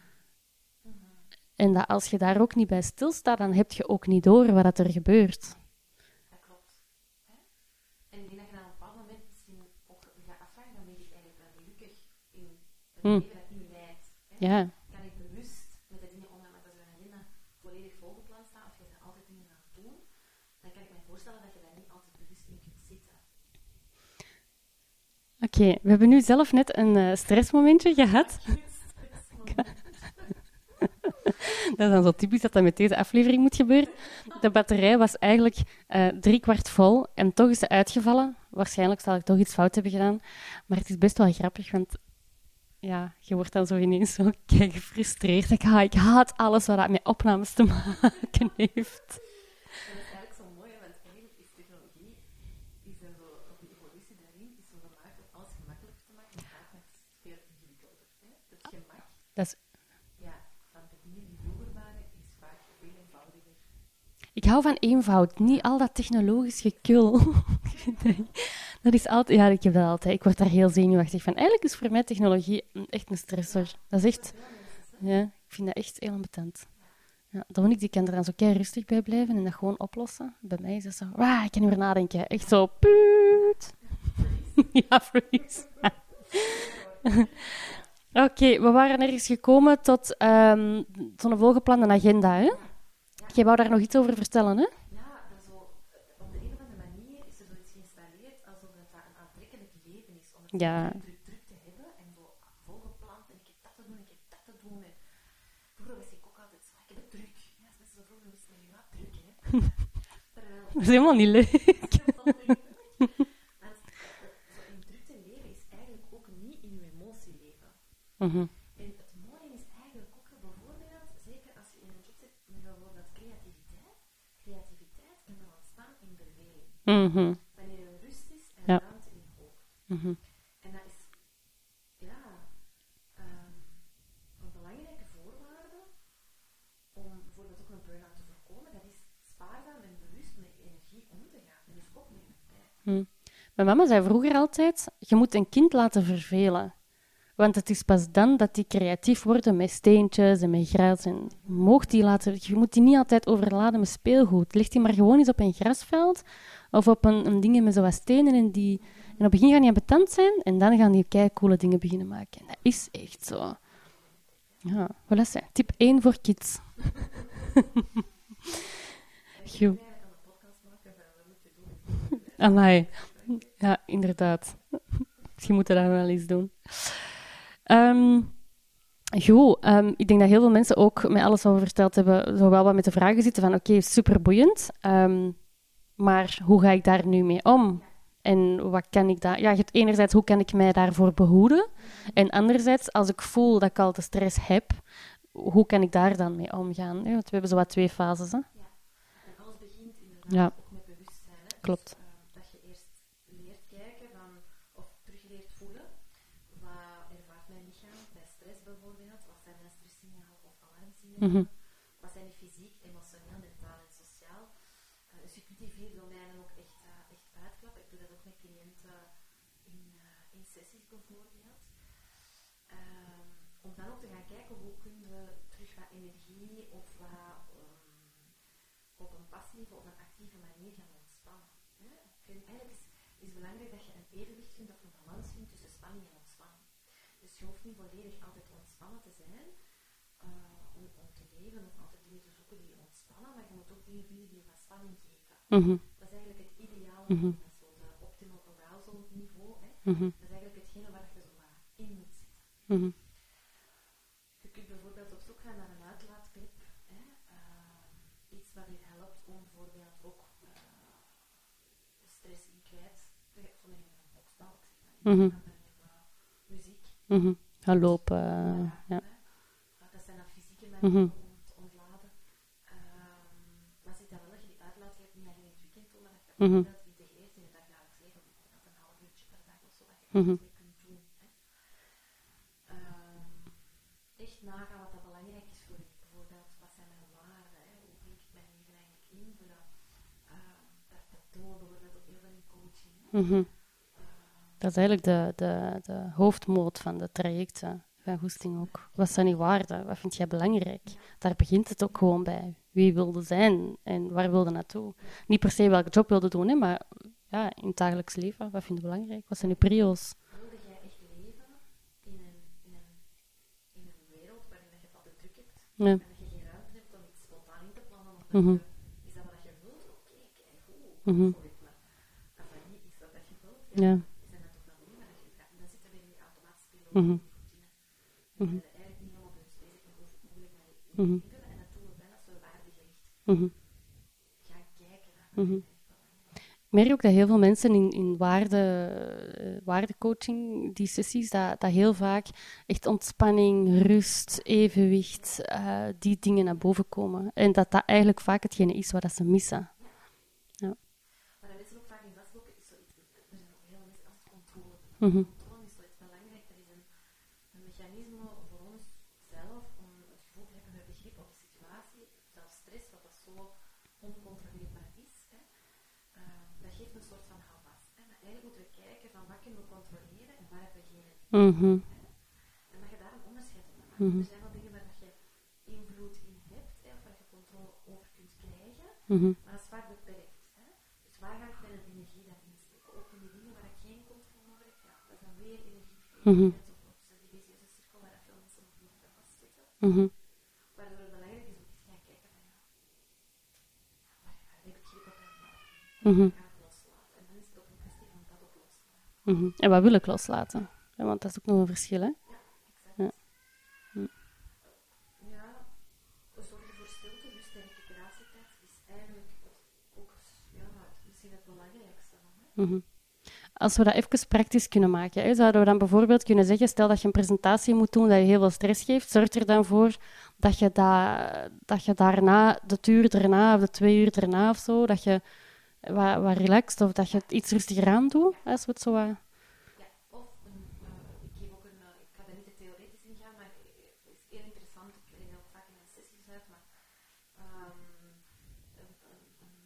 En dat als je daar ook niet bij stilstaat, dan heb je ook niet door wat dat er gebeurt. Dat klopt. Hè? En ik denk dat je aan een bepaald moment misschien ook gaat afvragen, dan ben ik eigenlijk wel gelukkig in het hmm. leven dat nu leidt. Ja. Kan ik bewust met de dingen omgaan, want als je agenda volledig volgepland staat, of je er altijd dingen aan doen, dan kan ik me voorstellen dat je daar niet altijd bewust in kunt zitten. Oké, okay, we hebben nu zelf net een uh, stressmomentje gehad. Dat is dan zo typisch dat dat met deze aflevering moet gebeuren. De batterij was eigenlijk uh, drie kwart vol en toch is ze uitgevallen. Waarschijnlijk zal ik toch iets fout hebben gedaan. Maar het is best wel grappig, want ja, je wordt dan zo ineens zo kei gefrustreerd. Ik, ha- ik haat alles wat dat met opnames te maken heeft. Dat is eigenlijk zo mooi, want eigenlijk is technologie, is er zo, of die evolutie daarin, is zo gemaakt om alles gemakkelijker te maken, maar vaak met veel ingewikkelder. Hè? Het gemak dat is... ja, van de dingen die vroeger waren, is vaak veel eenvoudiger. Ik hou van eenvoud, niet al dat technologisch gekul. Dat is altijd... Ja, ik heb dat altijd. Ik word daar heel zenuwachtig van. Eigenlijk is voor mij technologie echt een stressor. Dat is echt... Ja, ik vind dat echt heel ambetant. Ja, Dominique die kan er dan zo kei rustig bij blijven en dat gewoon oplossen. Bij mij is dat zo... Wah, ik kan niet meer nadenken. Echt zo... Puut. Ja, freeze. Oké, okay, we waren ergens gekomen tot um, zo'n volgeplande agenda, hè? Jij wou daar nog iets over vertellen, hè? Ja, dat zo, op de een of andere manier is er zoiets geïnstalleerd alsof het dat een aantrekkelijk leven is om het ja. druk, druk te hebben en zo volgepland en ik heb dat te doen, ik heb dat te doen. En vroeger wist ik ook altijd zo, ik heb het druk. Ja, als mensen zo vroeger wisten, je gaat druk, hè. Terwijl, dat is helemaal niet leuk. Want zo in drukte leven is eigenlijk ook niet in je emotieleven. Mm-hmm. En het mooie is eigenlijk ook bijvoorbeeld, zeker als je in een job zit met bijvoorbeeld creativiteit, creativiteit kan dan ontstaan in beweging. Mm-hmm. Wanneer er rust is en ja. ruimte in je hoofd. Mm-hmm. En dat is ja, um, een belangrijke voorwaarde om bijvoorbeeld ook een burn-out te voorkomen. Dat is spaarzaam en bewust met energie om te gaan. En dus ook met je tijd. Mm. Mijn mama zei vroeger altijd, je moet een kind laten vervelen. Want het is pas dan dat die creatief worden met steentjes en met gras. En je, mag die laten, je moet die niet altijd overladen met speelgoed. Leg die maar gewoon eens op een grasveld of op een, een ding met zo'n stenen. En, die, en op het begin gaan die ambetant zijn en dan gaan die keicoole dingen beginnen maken. En dat is echt zo. Ja, voilà, c'est. Tip één voor kids. Goed. Amai. Ja, inderdaad. Misschien moeten we dat wel eens doen. Um, goed, um, ik denk dat heel veel mensen ook met alles wat we verteld hebben, zo wel wat met de vragen zitten van oké, okay, superboeiend, um, maar hoe ga ik daar nu mee om? En wat kan ik daar... Ja, je hebt enerzijds, hoe kan ik mij daarvoor behoeden? En anderzijds, als ik voel dat ik al de stress heb, hoe kan ik daar dan mee omgaan? Ja, want we hebben zo wat twee fases, hè? Ja, en alles begint inderdaad Ja. ook met bewustzijn. Hè? Klopt. Dus, uh, dat je eerst leert kijken van, of terug leert voelen. Wat ervaart mijn lichaam bij stress bijvoorbeeld? Wat zijn mijn stresssignalen of alarmsignalen? Mhm. Wat zijn die fysiek, emotioneel, mentaal en sociaal? Uh, dus je kunt die vier domeinen ook echt, uh, echt uitklappen. Ik doe dat ook met cliënten in, uh, in sessies bijvoorbeeld. Um, om dan ook te gaan kijken hoe kun je terug wat energie of wat um, op een passieve of een actieve manier gaan ontspannen. Hè? Eigenlijk is het belangrijk dat je een evenwicht vindt of een balans vindt tussen spanning en ontspanning. Dus je hoeft niet volledig altijd ontspannen te zijn uh, om, om te leven of altijd dingen te zoeken die je ontspannen, maar je moet ook dingen vinden die je wat spanning geven. Mm-hmm. Dat is eigenlijk het ideale, Mm-hmm. dat is zo de optimal arousal niveau. Hè? Mm-hmm. Dat is eigenlijk hetgene waar je zo wat in moet zitten. Mm-hmm. Je kunt bijvoorbeeld op zoek gaan naar een uitlaatklep. Hè? Uh, iets wat je helpt om bijvoorbeeld ook uh, stress in kwijt te gaan. Sommigen hebben een boksbal, ik zeg maar. Mhm. Anderen hebben uh, muziek. Mm-hmm. Gaan lopen. Uh, Ja, ja. hè. Uh, dat zijn dan fysieke manieren Mhm. om te ontladen. Um, maar zit dan wel dat je die uitlaatklep niet alleen in het weekend doet, maar dat je dat Mhm. bijvoorbeeld integreert in het dagelijks leven. Bijvoorbeeld een half uurtje per dag of zo, dat je Mhm. dat mee kunt doen. Hè. Um, echt nagaan wat dat belangrijk is voor je. Bijvoorbeeld, wat zijn mijn waarden? Hè? Hoe vul ik mijn leven eigenlijk in? Voor dat, uh, dat, dat doen we bijvoorbeeld ook heel veel in coaching. Hè? Mhm. Uh, Dat is eigenlijk de, de, de hoofdmoot van de trajecten van Goesting ook. Wat zijn die waarden? Wat vind jij belangrijk? ja. Daar begint het ook gewoon bij. Wie wilde zijn en waar wilde naartoe? Niet per se welke job wilde doen, hè, maar ja, in het dagelijks leven, wat vind je belangrijk? Wat zijn je prio's? Wilde jij echt leven in een, in een, in een wereld waarin dat je het altijd druk hebt Ja. en dat je geen ruimte hebt om iets spontaan in te plannen? Of dat Mhm. je, is dat wat je wilt? Oké, kijk, goed. Mhm. Sorry, maar als dat niet is wat dat je wilt, Ja. zijn dat toch wel dingen waar je gaat. En dan zitten we in die automatische piloot, Mhm. in die routine. En Mhm. we zijn eigenlijk niet helemaal bewust bezig met hoe, hoe wil ik mijn leven Mhm. invullen. En dat doen we dan als we waardegericht Mhm. gaan kijken naar Mhm. wat mm-hmm. Ik merk ook dat heel veel mensen in, in waarde, uh, waardecoaching, die sessies, dat, dat heel vaak echt ontspanning, rust, evenwicht, uh, die dingen naar boven komen. En dat dat eigenlijk vaak hetgene is wat dat ze missen. Ja. Maar dat mensen ook vaak in vastlopen is zoiets, er zijn ook heel veel mensen als controle. Mhm. Controle is zoiets belangrijk, dat is een, een mechanisme voor ons zelf om het gevoel te hebben met begrip op de situatie, zelfs stress, wat dat zo oncontroleerbaar is. Hè. Uh, dat geeft een soort van houvast. Hè. Maar eigenlijk moeten we kijken van wat kunnen we controleren en waar hebben we geen Mhm. en dat je daar een onderscheid op maakt. Mhm. Er zijn wel dingen waar dat je invloed in hebt, hè, of waar je controle over kunt krijgen, Mhm. maar dat is vaak beperkt. Hè. Dus waar ga ik mijn energie dan in steken? Ook in die dingen waar ik geen controle over heb, ja, dat is dan weer energie Mhm. enzovoort. Dus dat is die vicieuze cirkel waar veel mensen bijvoorbeeld vastzitten. Mhm. Waardoor het belangrijk is om te gaan kijken van ja, waar, waar heb ik grip op en waar Mhm. ga ik loslaten. En dan is het ook een kwestie van dat ook loslaten. Mhm. En wat wil ik loslaten? Ja, want dat is ook nog een verschil, hè? Ja, exact. Ja. Hm. Ja, zorgen voor stilte, rust en recuperatietijd is eigenlijk ook ja, misschien het belangrijkste van. Hè? Mhm. Als we dat even praktisch kunnen maken, hè, zouden we dan bijvoorbeeld kunnen zeggen, stel dat je een presentatie moet doen dat je heel veel stress geeft, zorg er dan voor dat je, da, dat je daarna, de uur erna of de twee uur erna of zo, dat je wat, wat relaxed of dat je het iets rustiger aan doet, als we het zo wat... Ja, of een, uh, ik geef ook een, uh, ik ga daar niet te theoretisch in gaan, maar het is heel interessant, ik leg dat ook vaak in mijn sessies uit, maar um, een, een,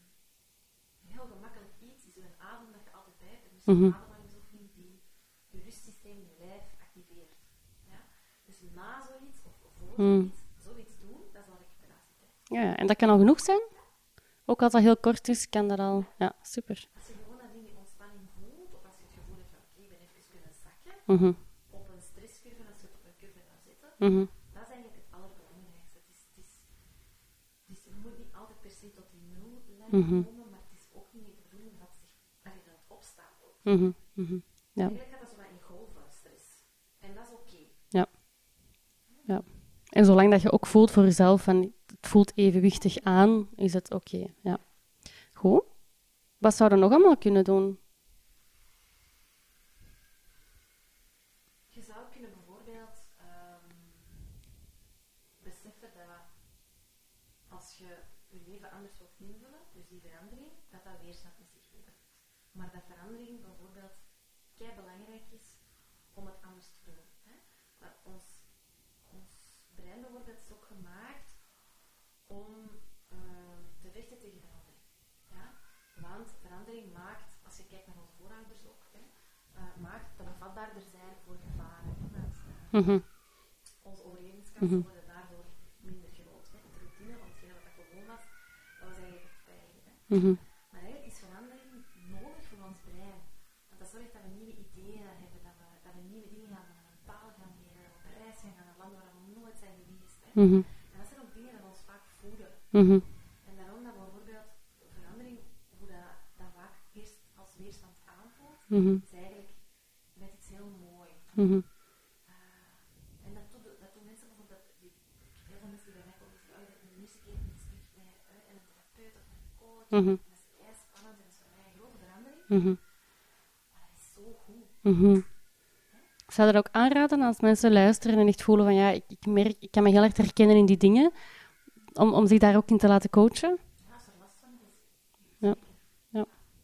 een heel gemakkelijk iets is een adem dat je altijd bij hebt, dus een Mhm. ademhalingsoefening die je rustsysteem, je lijf activeert. Ja? Dus na zoiets, of voor Mm. zoiets, zoiets doen, dat is al recuperatietijd. Ja, en dat kan al genoeg zijn? Ook als dat heel kort is, kan dat al... Ja, super. Als je gewoon nadien die ontspanning voelt, of als je het gevoel hebt van oké, ik ben even kunnen zakken, Mhm. op een stresscurve, als je op een curve gaat zitten, Mhm. dat is eigenlijk het allerbelangrijkste. Het is, het is, het is, je moet niet altijd per se tot die nullijn Mhm. komen, maar het is ook niet de bedoeling dat, zich, dat je dat opstapelt. Mhm. Mhm. Ja. Eigenlijk gaat dat zo wat in golven, stress. En dat is oké. Ja. Ja. En zolang dat je ook voelt voor jezelf van het voelt evenwichtig aan, is het oké. Ja. Goed. Wat zouden we nog allemaal kunnen doen? kunnen bijvoorbeeld um, beseffen dat als je je leven anders wilt invullen, dus die verandering, dat dat weerstand met zich meebrengt. Maar dat verandering bijvoorbeeld kei belangrijk is om het anders te doen. Hè? Dat ons, ons brein bijvoorbeeld is ook gemaakt om uh, te vechten tegen verandering. Ja? Want verandering maakt, als je kijkt naar onze voorouders ook, hè, uh, maakt dat we vatbaarder zijn voor gevaren. Hè? Dat, uh, mm-hmm. Onze overlevingskansen mm-hmm. worden daardoor minder groot. Hè? De routine, want hetgeen wat dat gewoon was, dat was eigenlijk het veilige. Hè? Mm-hmm. Maar eigenlijk is verandering nodig voor ons brein. Want dat zorgt dat we nieuwe ideeën hebben, dat we, dat we nieuwe dingen gaan doen, dat we een taal gaan leren, dat we op reis gaan gaan naar landen waar we nooit zijn geweest. Hè? Mm-hmm. En dat zijn ook dingen dat ons vaak voeden. Mm-hmm. En daarom dat bijvoorbeeld verandering, hoe dat, dat vaak eerst als weerstand aanvoelt, mm-hmm. is eigenlijk met iets heel moois. Mm-hmm. Uh, en dat doen, dat doen mensen bijvoorbeeld, die, heel veel mensen die bij mij komen zeggen, oh, de eerste keer een gesprek met uh, een therapeut of een coach, mm-hmm. en dat is heel spannend en dat is voor mij een grote verandering. Mm-hmm. Maar dat is zo goed. Mm-hmm. Ik zou dat ook aanraden als mensen luisteren en echt voelen van ja, ik, ik, merk, ik kan me heel erg herkennen in die dingen, om, om zich daar ook in te laten coachen. Ja, als er last van is. Ja. Ja.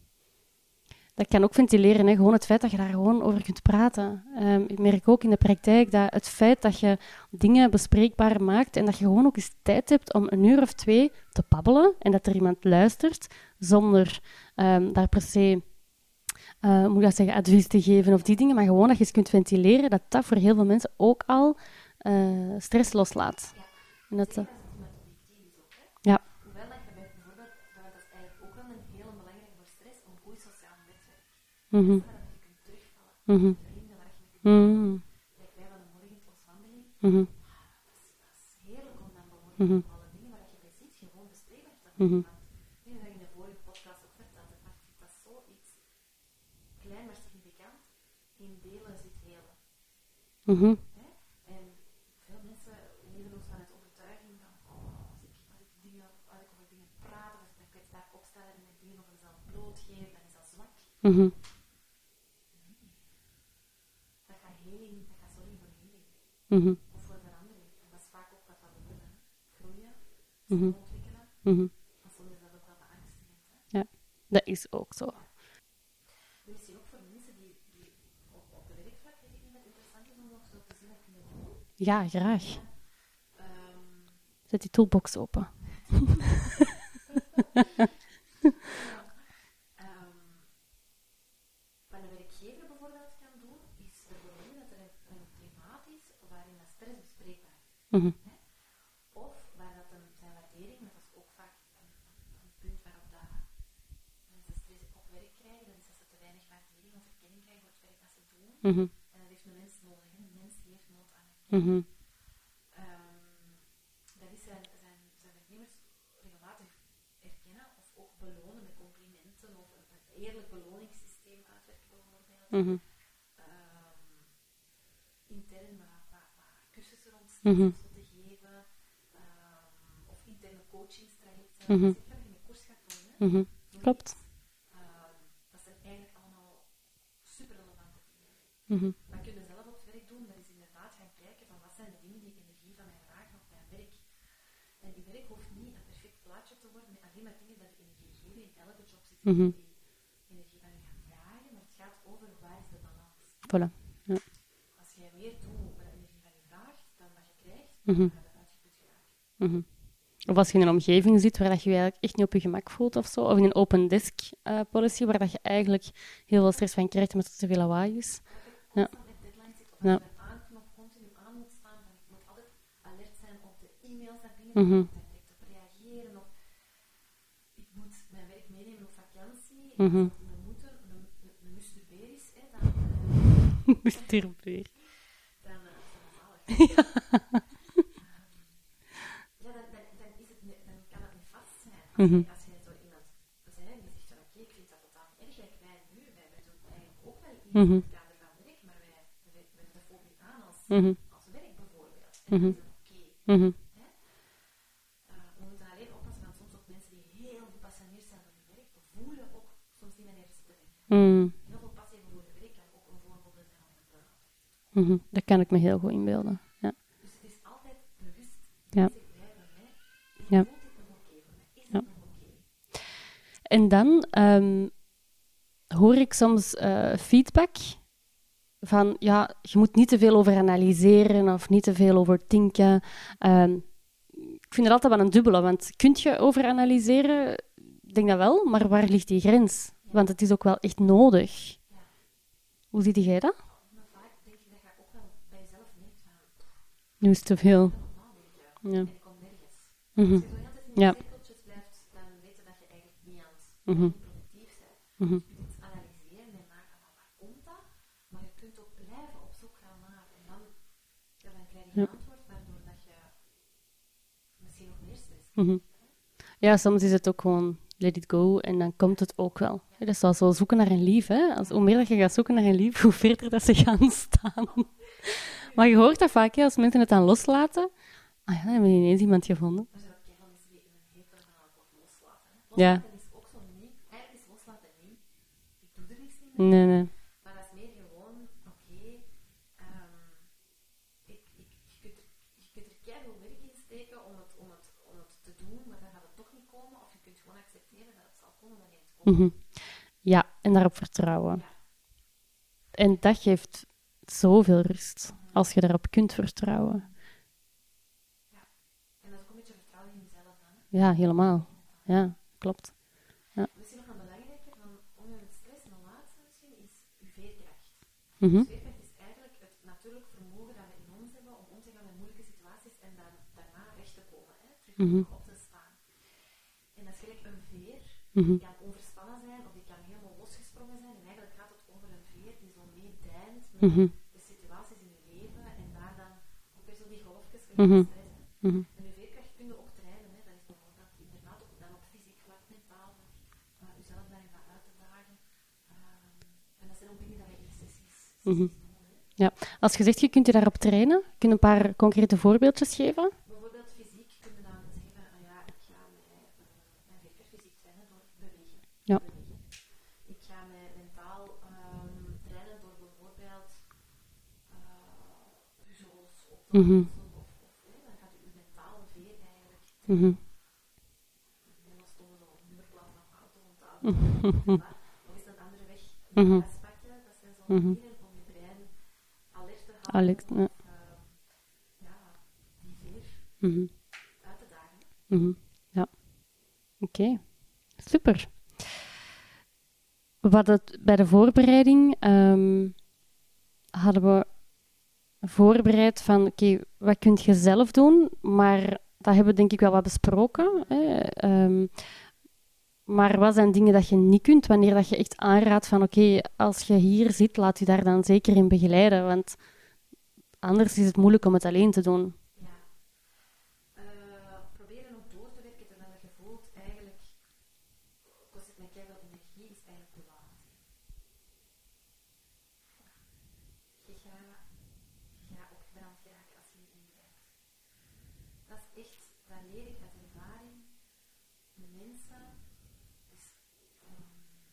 Dat kan ook ventileren, hè. Gewoon het feit dat je daar gewoon over kunt praten. Um, ik merk ook in de praktijk dat het feit dat je dingen bespreekbaar maakt en dat je gewoon ook eens tijd hebt om een uur of twee te babbelen en dat er iemand luistert zonder um, daar per se... Uh, moet ik dat zeggen, advies te geven of die dingen, maar gewoon dat je eens kunt ventileren, dat dat voor heel veel mensen ook al uh, stress loslaat. Ja, en dat, zeker als het iemand objectief is ook. Hè? Ja. Hoewel dat je bijvoorbeeld, dat is eigenlijk ook wel een hele belangrijke voor stress, een goed sociaal netwerk. Mm-hmm. Waar je kunt terugvallen, mm-hmm. vrienden waar je mee kunt mm-hmm. Kijk, wij van de morgen ons wandeling, mm-hmm. dat, is, dat is heerlijk om dan bijvoorbeeld mm-hmm. alle dingen waar je bij ziet, gewoon bespreekbaar te mm-hmm. Ik denk dat ik in de vorige podcast ook verteld heb, maar ik vind dat zoiets klein maar significant. In delen zit heel. Mm-hmm. Hè? En veel mensen leven ons vanuit overtuiging van, oh, als ik, als ik, dingen, als ik over dingen praat, of als ik me kwetsbaar opstel en met dingen over mezelf blootgeef, dan is dat zwak. Mm-hmm. Nee. Dat gaat heling, dat gaat zorgen voor heling. Mm-hmm. Of voor verandering. En dat is vaak ook wat we willen. Groeien, mm-hmm. ontwikkelen. Mm-hmm. Maar soms is dat ook wel beangstigend. Hè? Ja, dat is ook zo. Er is hier ook voor mensen die, die op, op de werkvlak, weet ik niet, wat interessant is om nog zo te zien wat kunnen doen. Ja, graag. Ja. Um, Zet die toolbox open. ja. um, wat een werkgever bijvoorbeeld kan doen, is ervoor zorgen dat er een, een klimaat is waarin dat stress bespreekbaar is. Mm-hmm. Hè? Of waar dat een, zijn waardering, dat is ook vaak een, een punt waarop dat mensen stress op werk krijgen, dat is dat ze te weinig waardering of erkenning krijgen voor het werk dat ze doen. Mm-hmm. En dat heeft een mens nodig. Hè? Een mens die heeft nood aan erkenning. Mm-hmm. Um, dat is zijn, zijn, zijn werknemers regelmatig erkennen of ook belonen met complimenten of een, een eerlijk beloningssysteem uitwerken bijvoorbeeld. Mm-hmm. Um, intern wat, wat, wat cursussen rond mm-hmm. te geven um, of interne coachingstrajecten. Mm-hmm. Dus ik heb in een koers gaat doen. Hè? Mm-hmm. Klopt. Um, dat zijn eigenlijk allemaal super relevante dingen. Mm-hmm. Wat kun je zelf op het werk doen? Dat is inderdaad gaan kijken van wat zijn de dingen die energie van mij vragen op mijn werk. En die werk hoeft niet een perfect plaatje te worden met alleen maar dingen dat energie geven. In elke job zit mm-hmm. die energie van je gaan vragen, maar het gaat over waar is de balans. Voilà. Ja. Als jij meer doet wat energie van je vraagt dan wat je krijgt, mm-hmm. dan ga je uitgeput geraken. Mm-hmm. Of als je in een omgeving zit waar dat je je eigenlijk echt niet op je gemak voelt of zo. Of in een open desk uh, policy waar dat je eigenlijk heel veel stress van krijgt omdat er te veel lawaai is. Ja. Met deadlines zit, of als ja. je een aanknop continu aan moet staan, dan ik moet altijd alert zijn op de e-mails dat binnen mm-hmm. om direct op reageren. Of ik moet mijn werk meenemen op vakantie. Mm-hmm. Een moeten, een, een, een musturbeer is, hè, dan... Uh, musturbeer. Dan uh, is dat zalig. Ja. Ja, dan, dan, dan, is het, dan kan het niet vast zijn. Als, mm-hmm. je, als je zo iemand zijn die zegt van oké, okay, ik vind dat totaal niet erg, like wij nu, wij doen eigenlijk ook wel in mm-hmm. het kader van werk, maar wij, wij, wij dat volgen niet aan als, mm-hmm. als werk bijvoorbeeld. En mm-hmm. dat is oké. Okay. Mm-hmm. Uh, we moeten alleen oppassen, want soms ook mensen die heel gepassioneerd zijn voor hun werk, voelen ook soms niet wanneer ze te werken. Mm. Heel veel passie voor hun werk kan ook een voorbeeld zijn om een burn-out. Mm-hmm. Dat kan ik me heel goed inbeelden. Ja. Dus het is altijd bewust Ja. bezig blijven met, Ja. voelt dit nog oké voor mij? Is Ja. dit nog oké? En dan um, hoor ik soms uh, feedback van, ja, je moet niet te veel over analyseren of niet te veel over denken. Um, ik vind het altijd wel een dubbele, want kun je over analyseren? Ik denk dat wel, maar waar ligt die grens? Ja. Want het is ook wel echt nodig. Ja. Hoe zie jij dat? Maar vaak denk je dat je ook wel bij jezelf merkt van, Nu is het te veel. ik ben nog nadenken Ja. en ik kom nergens. Mm-hmm. Als je zo heel tijd in Ja. de cirkeltjes blijft, dan weet je dat je eigenlijk niet aan het Mm-hmm. niet productief bent. Mm-hmm. Je kunt iets analyseren en maken van waar komt dat, maar je kunt ook blijven op zoek gaan naar. En dan, ja, dan krijg je Ja. een antwoord waardoor dat je misschien nog meer stress krijgt. Mm-hmm. Ja, soms is het ook gewoon let it go en dan komt het ook wel. Dat is zoals zo zoeken naar een lief. Hè? Als, hoe meer dat je gaat zoeken naar een lief, hoe verder dat ze gaan staan. Maar je hoort dat vaak, hè, als mensen het dan loslaten. Ah ja, dan hebben we ineens iemand gevonden. Er zijn ook heel veel mensen die een hekel hebben aan het woord loslaten. Hè. Ja. Loslaten is ook zo niet. Eigenlijk is loslaten niet. Ik doe er niks meer. Nee, nee. Maar dat is meer gewoon, oké, ehm, ik, ik, je, kunt, er- je kunt er keihard werk in steken om het, om, het, om het te doen, maar dan gaat het toch niet komen. Of je kunt gewoon accepteren dat het zal komen wanneer het komt. Mhm. Ja, en daarop vertrouwen. Ja. En dat geeft zoveel rust, als je daarop kunt vertrouwen. En dat is ook een beetje vertrouwen in jezelf dan. Hè. Ja, helemaal. Ja, klopt. Misschien nog een belangrijker van omgaan met stress, en een laatste misschien, is je veerkracht. Mhm. Veerkracht is eigenlijk het natuurlijk vermogen dat we in ons hebben om om te gaan met moeilijke situaties en dan daarna recht te komen, hè, terug Mhm. op te staan. En dat is gelijk een veer, Mhm. die kan overspannen zijn of die kan helemaal losgesprongen zijn. En eigenlijk gaat het over een veer die zo meedijnt met Mhm. de situaties in je leven en daar dan ook weer zo die golfjes Mhm. kunnen stress. Hè. Mhm. En je veerkracht kun je ook trainen. Hè. Dat is bijvoorbeeld inderdaad ook dan op fysiek vlak, mentaal vlak, uh, jezelf daarin gaan uit te dagen. Um, en dat zijn ook dingen dat we in sessies, sessies Mhm. doen. Hè. Als je zegt, je kunt je daarop trainen, kun je een paar concrete voorbeeldjes geven? Bijvoorbeeld fysiek kun je dan zeggen, ah ja, ik ga mij, uh, mijn veerkracht fysiek trainen door bewegen. Ja. bewegen. Ik ga mij mentaal um, trainen door bijvoorbeeld uh, puzzels op te Mhm. lossen. Of, of, hè, dan gaat je mentale veer eigenlijk Mhm. heel stom zo nummerplaat van auto onthouden. Of is dat een andere weg Mhm. een gas pakken? Dat zijn zo'n Mhm. dingen om je brein alert te houden. Alex, of, ja. uh, ja, die veer Mhm. uit te dagen. Mhm. Ja. Oké, super. Wat het, bij de voorbereiding ehm, hadden we voorbereid van, oké, wat kun je zelf doen? Maar dat hebben we denk ik wel wat besproken. Hè? Ehm, maar wat zijn dingen dat je niet kunt, wanneer dat je echt aanraadt van, oké, als je hier zit, laat je daar dan zeker in begeleiden, want anders is het moeilijk om het alleen te doen. Ja. Uh, proberen ook door te werken terwijl je voelt eigenlijk kost het mij keihard energie, is eigenlijk te laat. Je gaat, je gaat opgebrand geraken als je niet ingrijpt. Dat is echt, dat leer ik uit ervaring. De mensen, dus, um,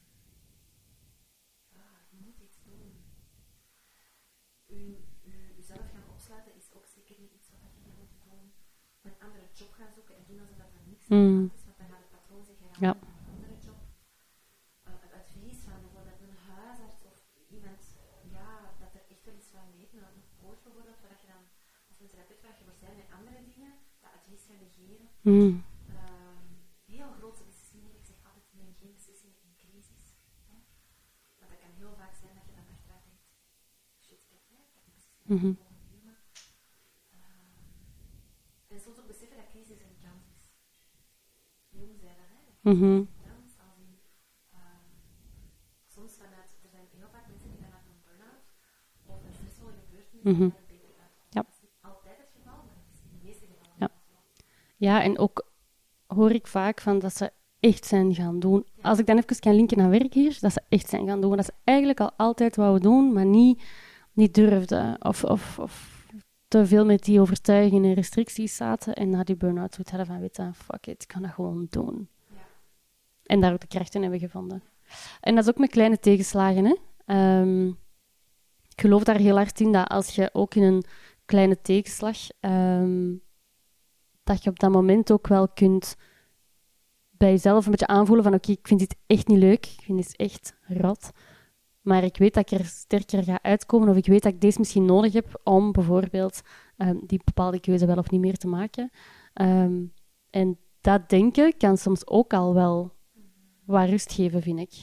ja, je moet iets doen. U, u, uzelf gaan opsluiten is ook zeker niet iets wat je gaat moeten doen. Een andere job gaan zoeken en doen alsof dat er niks aan Mm. is, want dan gaat het patroon zich Ja. herhalen in een andere job. Uh, het advies van bijvoorbeeld een huisarts of iemand, ja, dat er echt wel iets van weet, een, een coach bijvoorbeeld, waar je dan, of een therapeut waar je voor zijn met andere dingen, dat advies gaan negeren. Mm. Um, heel grote beslissingen, ik zeg altijd, neem geen beslissingen in crisis. Hè. Want dat kan heel vaak zijn dat je dan achteraf denkt, shit, ik heb, hè, ik heb die beslissing Mhm. mogen nemen. Um, en soms ook beseffen dat crisis een kans is. Jong zei dat, hè. Mhm. Kans, als in, um, soms vanuit, er zijn heel vaak mensen die vanuit een burn-out of een stressvolle gebeurtenis Mhm. er beter uitkomen. Ja. Dat is niet altijd het geval, maar het is in de meeste gevallen Ja. wel zo. Ja, en ook hoor ik vaak van dat ze echt zijn gaan doen. Als ik dan even kan linken naar werk hier, dat ze echt zijn gaan doen. Dat ze eigenlijk al altijd wouden doen, maar niet, niet durfden. Of, of, of te veel met die overtuigingen en restricties zaten. En na die burn-out zoiets hadden van, weet je, fuck it, ik kan dat gewoon doen. Ja. En daar ook de kracht in hebben gevonden. En dat is ook met kleine tegenslagen, hè. Um, ik geloof daar heel hard in dat als je ook in een kleine tegenslag, um, dat je op dat moment ook wel kunt bij jezelf een beetje aanvoelen van oké, okay, ik vind dit echt niet leuk, ik vind dit echt rot, maar ik weet dat ik er sterker ga uitkomen of ik weet dat ik deze misschien nodig heb om bijvoorbeeld um, die bepaalde keuze wel of niet meer te maken. Um, en dat denken kan soms ook al wel wat rust geven, vind ik.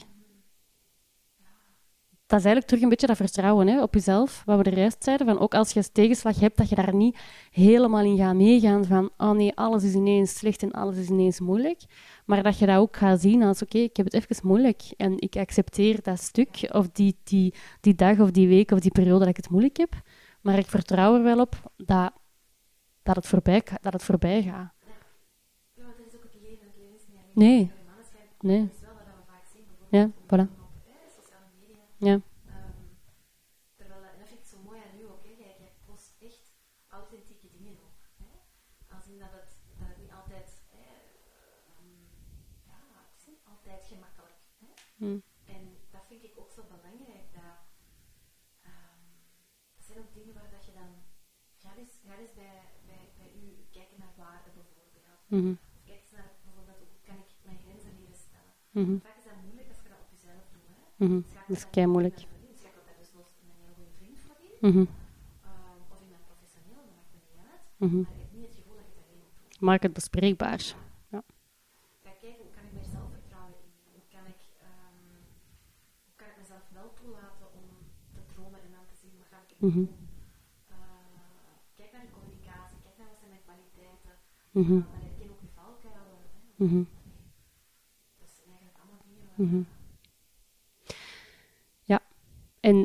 Dat is eigenlijk terug een beetje dat vertrouwen hè, op jezelf, wat we er juist zeiden, van ook als je een tegenslag hebt, dat je daar niet helemaal in gaat meegaan van oh nee, alles is ineens slecht en alles is ineens moeilijk, maar dat je dat ook gaat zien als oké, okay, ik heb het even moeilijk en ik accepteer dat stuk of die, die, die dag of die week of die periode dat ik het moeilijk heb, maar ik vertrouw er wel op dat, dat, het, voorbij, dat het voorbij gaat. Ja, want dat is ook het leven, het leven is niet alleen nee. Nee. Nee. Dat is wel wat we vaak zien, bijvoorbeeld Ja, voilà. op eh, sociale media. Ja. Um, terwijl, en dat vind ik zo mooi aan u ook, hè. Jij, jij post echt authentieke dingen ook. Hè. Als in dat het, dat het niet altijd, hè, um, ja, het is niet altijd gemakkelijk. Hè. Mm. En dat vind ik ook zo belangrijk, dat, um, dat zijn ook dingen waar dat je dan, ga eens, ga eens bij, bij, bij u kijken naar waarde bijvoorbeeld. Mm-hmm. Mm-hmm. Vaak is dat moeilijk als je dat op jezelf doet. Hè? Mm-hmm. Dat is kei moeilijk. Schakelt dat dus los in een heel goede vriend van je, mm-hmm. uh, of in een professioneel, dat maakt me niet uit. Mm-hmm. Maar je hebt niet het gevoel dat je het alleen moet doen. Maak het bespreekbaar. Ja. Ga kijken, hoe kan ik meer zelfvertrouwen in? Hoe kan ik, um, hoe kan ik mezelf wel toelaten om te dromen en dan te zien wat ga ik mm-hmm. doen? Uh, kijk naar je communicatie, kijk naar wat zijn mijn kwaliteiten. Mm-hmm. Uh, maar herken ook je valkuilen. Mm-hmm. Mm-hmm. Ja, en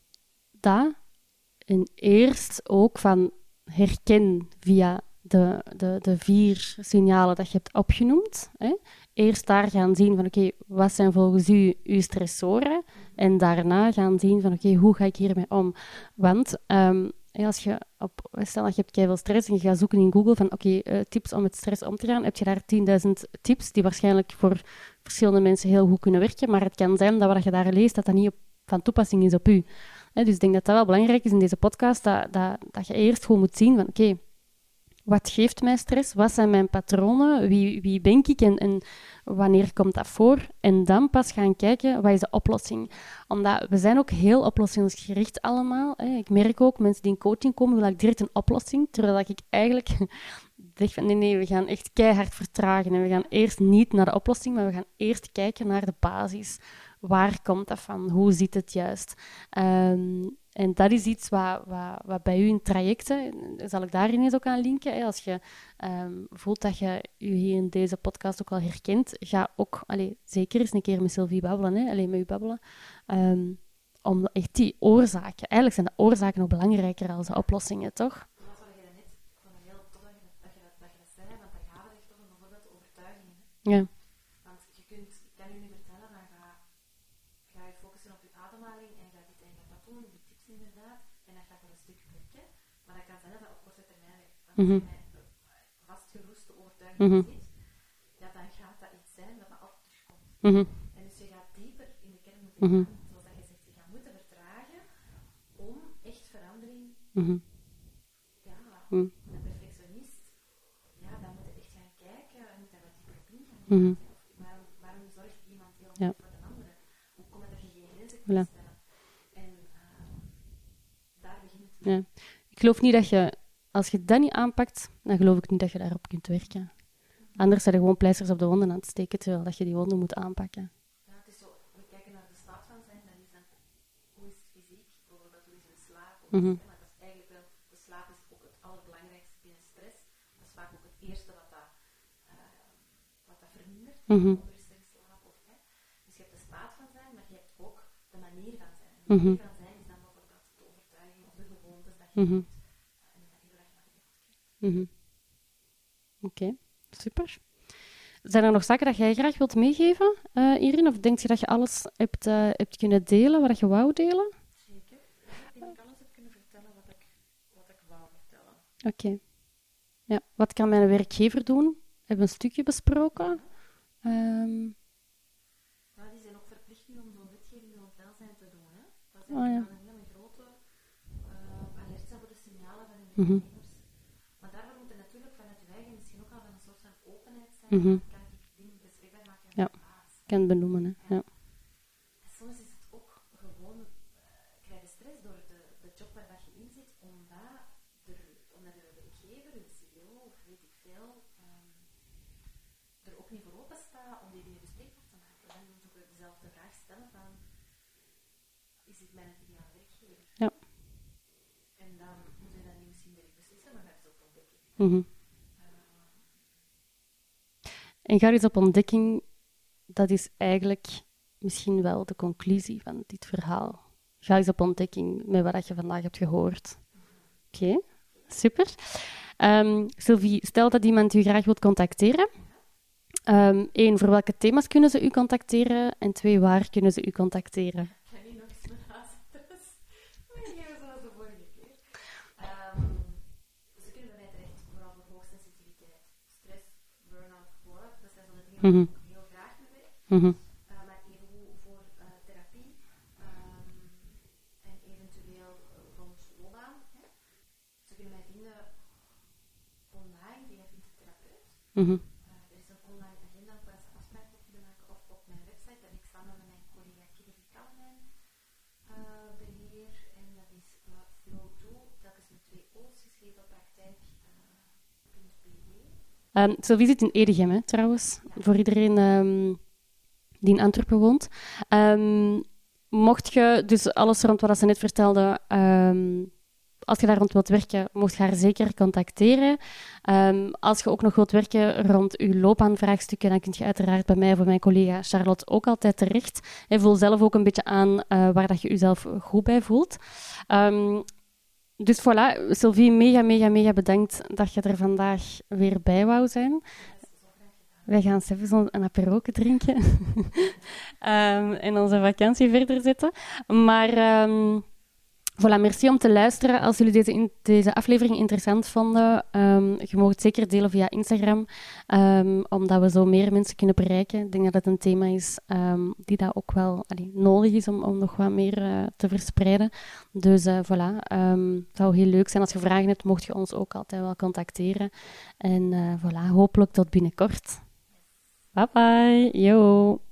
dat, en eerst ook van herken via de, de, de vier signalen dat je hebt opgenoemd. Hè. Eerst daar gaan zien van oké, okay, wat zijn volgens u uw stressoren? En daarna gaan zien van oké, okay, hoe ga ik hiermee om? Want um, als je op, stel dat je hebt veel stress en je gaat zoeken in Google van oké, okay, uh, tips om met stress om te gaan, heb je daar tienduizend tips die waarschijnlijk voor verschillende mensen heel goed kunnen werken, maar het kan zijn dat wat je daar leest, dat dat niet op, van toepassing is op u. He, dus ik denk dat dat wel belangrijk is in deze podcast, dat, dat, dat je eerst gewoon moet zien van oké, okay, wat geeft mij stress? Wat zijn mijn patronen? Wie, wie ben ik en, en wanneer komt dat voor? En dan pas gaan kijken, wat is de oplossing? Omdat we zijn ook heel oplossingsgericht allemaal. Hè. Ik merk ook, mensen die in coaching komen, willen ik direct een oplossing. Terwijl ik eigenlijk zeg van nee, nee, we gaan echt keihard vertragen. En we gaan eerst niet naar de oplossing, maar we gaan eerst kijken naar de basis. Waar komt dat van? Hoe zit het juist? Um, En dat is iets wat, wat, wat bij u in trajecten, zal ik daar ineens ook aan linken. Hè? Als je um, voelt dat je je hier in deze podcast ook wel herkent, ga ook allee, zeker eens een keer met Sylvie babbelen, hè? Alleen met u babbelen. Um, om echt die oorzaken, eigenlijk zijn de oorzaken nog belangrijker dan de oplossingen, toch? Dat was wat je net, ik vond het heel tof dat je dat, je dat, dat, je dat zei, want dat gaat er echt over bijvoorbeeld de overtuigingen. Hè? Ja. Want je kunt, ik kan u nu vertellen, dan ga, ga je focussen op je ademhaling en ga dit en ga dat doen, die tips inderdaad, en dat gaat wel een stuk werken, maar dat kan zijn dat dat op korte termijn werkt. Want mm-hmm. als je met vastgeroeste overtuigingen mm-hmm. zit, ja, dan gaat dat iets zijn dat dat altijd terugkomt. Mm-hmm. En dus je gaat dieper in de kern moeten mm-hmm. gaan, zoals dat je zegt, je gaat moeten vertragen om echt verandering, mm-hmm. ja, mm-hmm. een perfectionist, ja, dan moet je echt gaan kijken, je moet daar wat dieper op ingaan. Mm-hmm. Waarom, waarom zorgt iemand heel goed ja. voor de andere? Hoe komt het dat je geen grenzen kunt voilà. stellen? En uh, daar begint het. Ja. Ik geloof niet dat je, als je dat niet aanpakt, dan geloof ik niet dat je daarop kunt werken. Mm-hmm. Anders zijn er gewoon pleisters op de wonden aan het steken, terwijl dat je die wonden moet aanpakken. Ja, het is zo, we kijken naar de staat van zijn, dan is dan, hoe is het fysiek, bijvoorbeeld hoe is het slaap, mm-hmm. maar dat is eigenlijk wel, de slaap is ook het allerbelangrijkste binnen stress. Dat is vaak ook het eerste wat dat, uh, wat dat vermindert, mm-hmm. onrust en slaap. Of, hè. Dus je hebt de staat van zijn, maar je hebt ook de manier van zijn. De mm-hmm. manier van zijn is dan bijvoorbeeld de overtuiging of de gewoontes dat je mm-hmm. hebt uh, en de manier waar je naar je kijkt. Mm-hmm. Oké, okay. Super. Zijn er nog zaken dat jij graag wilt meegeven, uh, Irene? Of denk je dat je alles hebt, uh, hebt kunnen delen wat je wou delen? Zeker. Ik denk dat ik alles heb kunnen vertellen wat ik, wat ik wou vertellen. Oké. Okay. Ja. Wat kan mijn werkgever doen? Hebben we een stukje besproken. Um... Ja, die zijn ook verplicht nu om zo'n wetgeving rond welzijn te doen. Hè? Dat is oh, ja. een hele grote ondernemers. Mm-hmm. Maar daarvoor moet je natuurlijk vanuit je eigen misschien ook al van een soort van openheid zijn. Mm-hmm. Dan kan ik dingen beschikbaar maken aan ja. de baas. Ik kan het benoemen, hè. Ja. Ja. En soms is het ook gewoon, uh, krijg je stress door de, de job waar dat je in zit, omdat, er, omdat de werkgever, de C E O of weet ik veel, um, er ook niet voor open staat om die dingen bespreekbaar te maken. Dan moet je ook dezelfde vraag stellen van, is dit mijn ideale werkgever? Ja. En dan moet je dat niet misschien direct beslissen, maar ga eens op ontdekking. Mm-hmm. Uh, en ga eens op ontdekking, dat is eigenlijk misschien wel de conclusie van dit verhaal. Ga eens op ontdekking met wat je vandaag hebt gehoord. Oké, okay. Super. Um, Sylvie, stel dat iemand u graag wilt contacteren. Um, Eén, voor welke thema's kunnen ze u contacteren? En twee, waar kunnen ze u contacteren? Ik ga niet nog eens mijn huisarts. Maar niet zoals de vorige keer. Um, ze kunnen bij mij terecht, vooral voor hoogsensitiviteit. Stress, burn-out, work. Dat zijn zo de dingen mm-hmm. die ik heel graag mee werk. Mm-hmm. Uh, maar even voor uh, therapie. Um, en eventueel rond loopbaan. Hè. Ze kunnen mij vinden online via Vintertherapeut. Mm-hmm. Um, Sylvie zit in Edegem, hè, trouwens, ja. Voor iedereen um, die in Antwerpen woont. Um, mocht je, dus alles rond wat ze net vertelde, um, als je daar rond wilt werken, mocht je haar zeker contacteren. Um, als je ook nog wilt werken rond je loopbaanvraagstukken, dan kun je uiteraard bij mij of bij mijn collega Charlotte ook altijd terecht. En voel zelf ook een beetje aan uh, waar dat je jezelf goed bij voelt. Um, Dus voilà, Sylvie, mega, mega, mega bedankt dat je er vandaag weer bij wou zijn. Wij gaan zelfs een aperoke drinken um, en onze vakantie verder zetten. Maar um, voilà, merci om te luisteren. Als jullie deze, in, deze aflevering interessant vonden, um, je mag het zeker delen via Instagram, um, omdat we zo meer mensen kunnen bereiken. Ik denk dat het een thema is um, die dat ook wel allee, nodig is om, om nog wat meer uh, te verspreiden. Dus uh, voilà, um, het zou heel leuk zijn. Als je vragen hebt, mocht je ons ook altijd wel contacteren. En uh, voilà, hopelijk tot binnenkort. Bye bye, yo!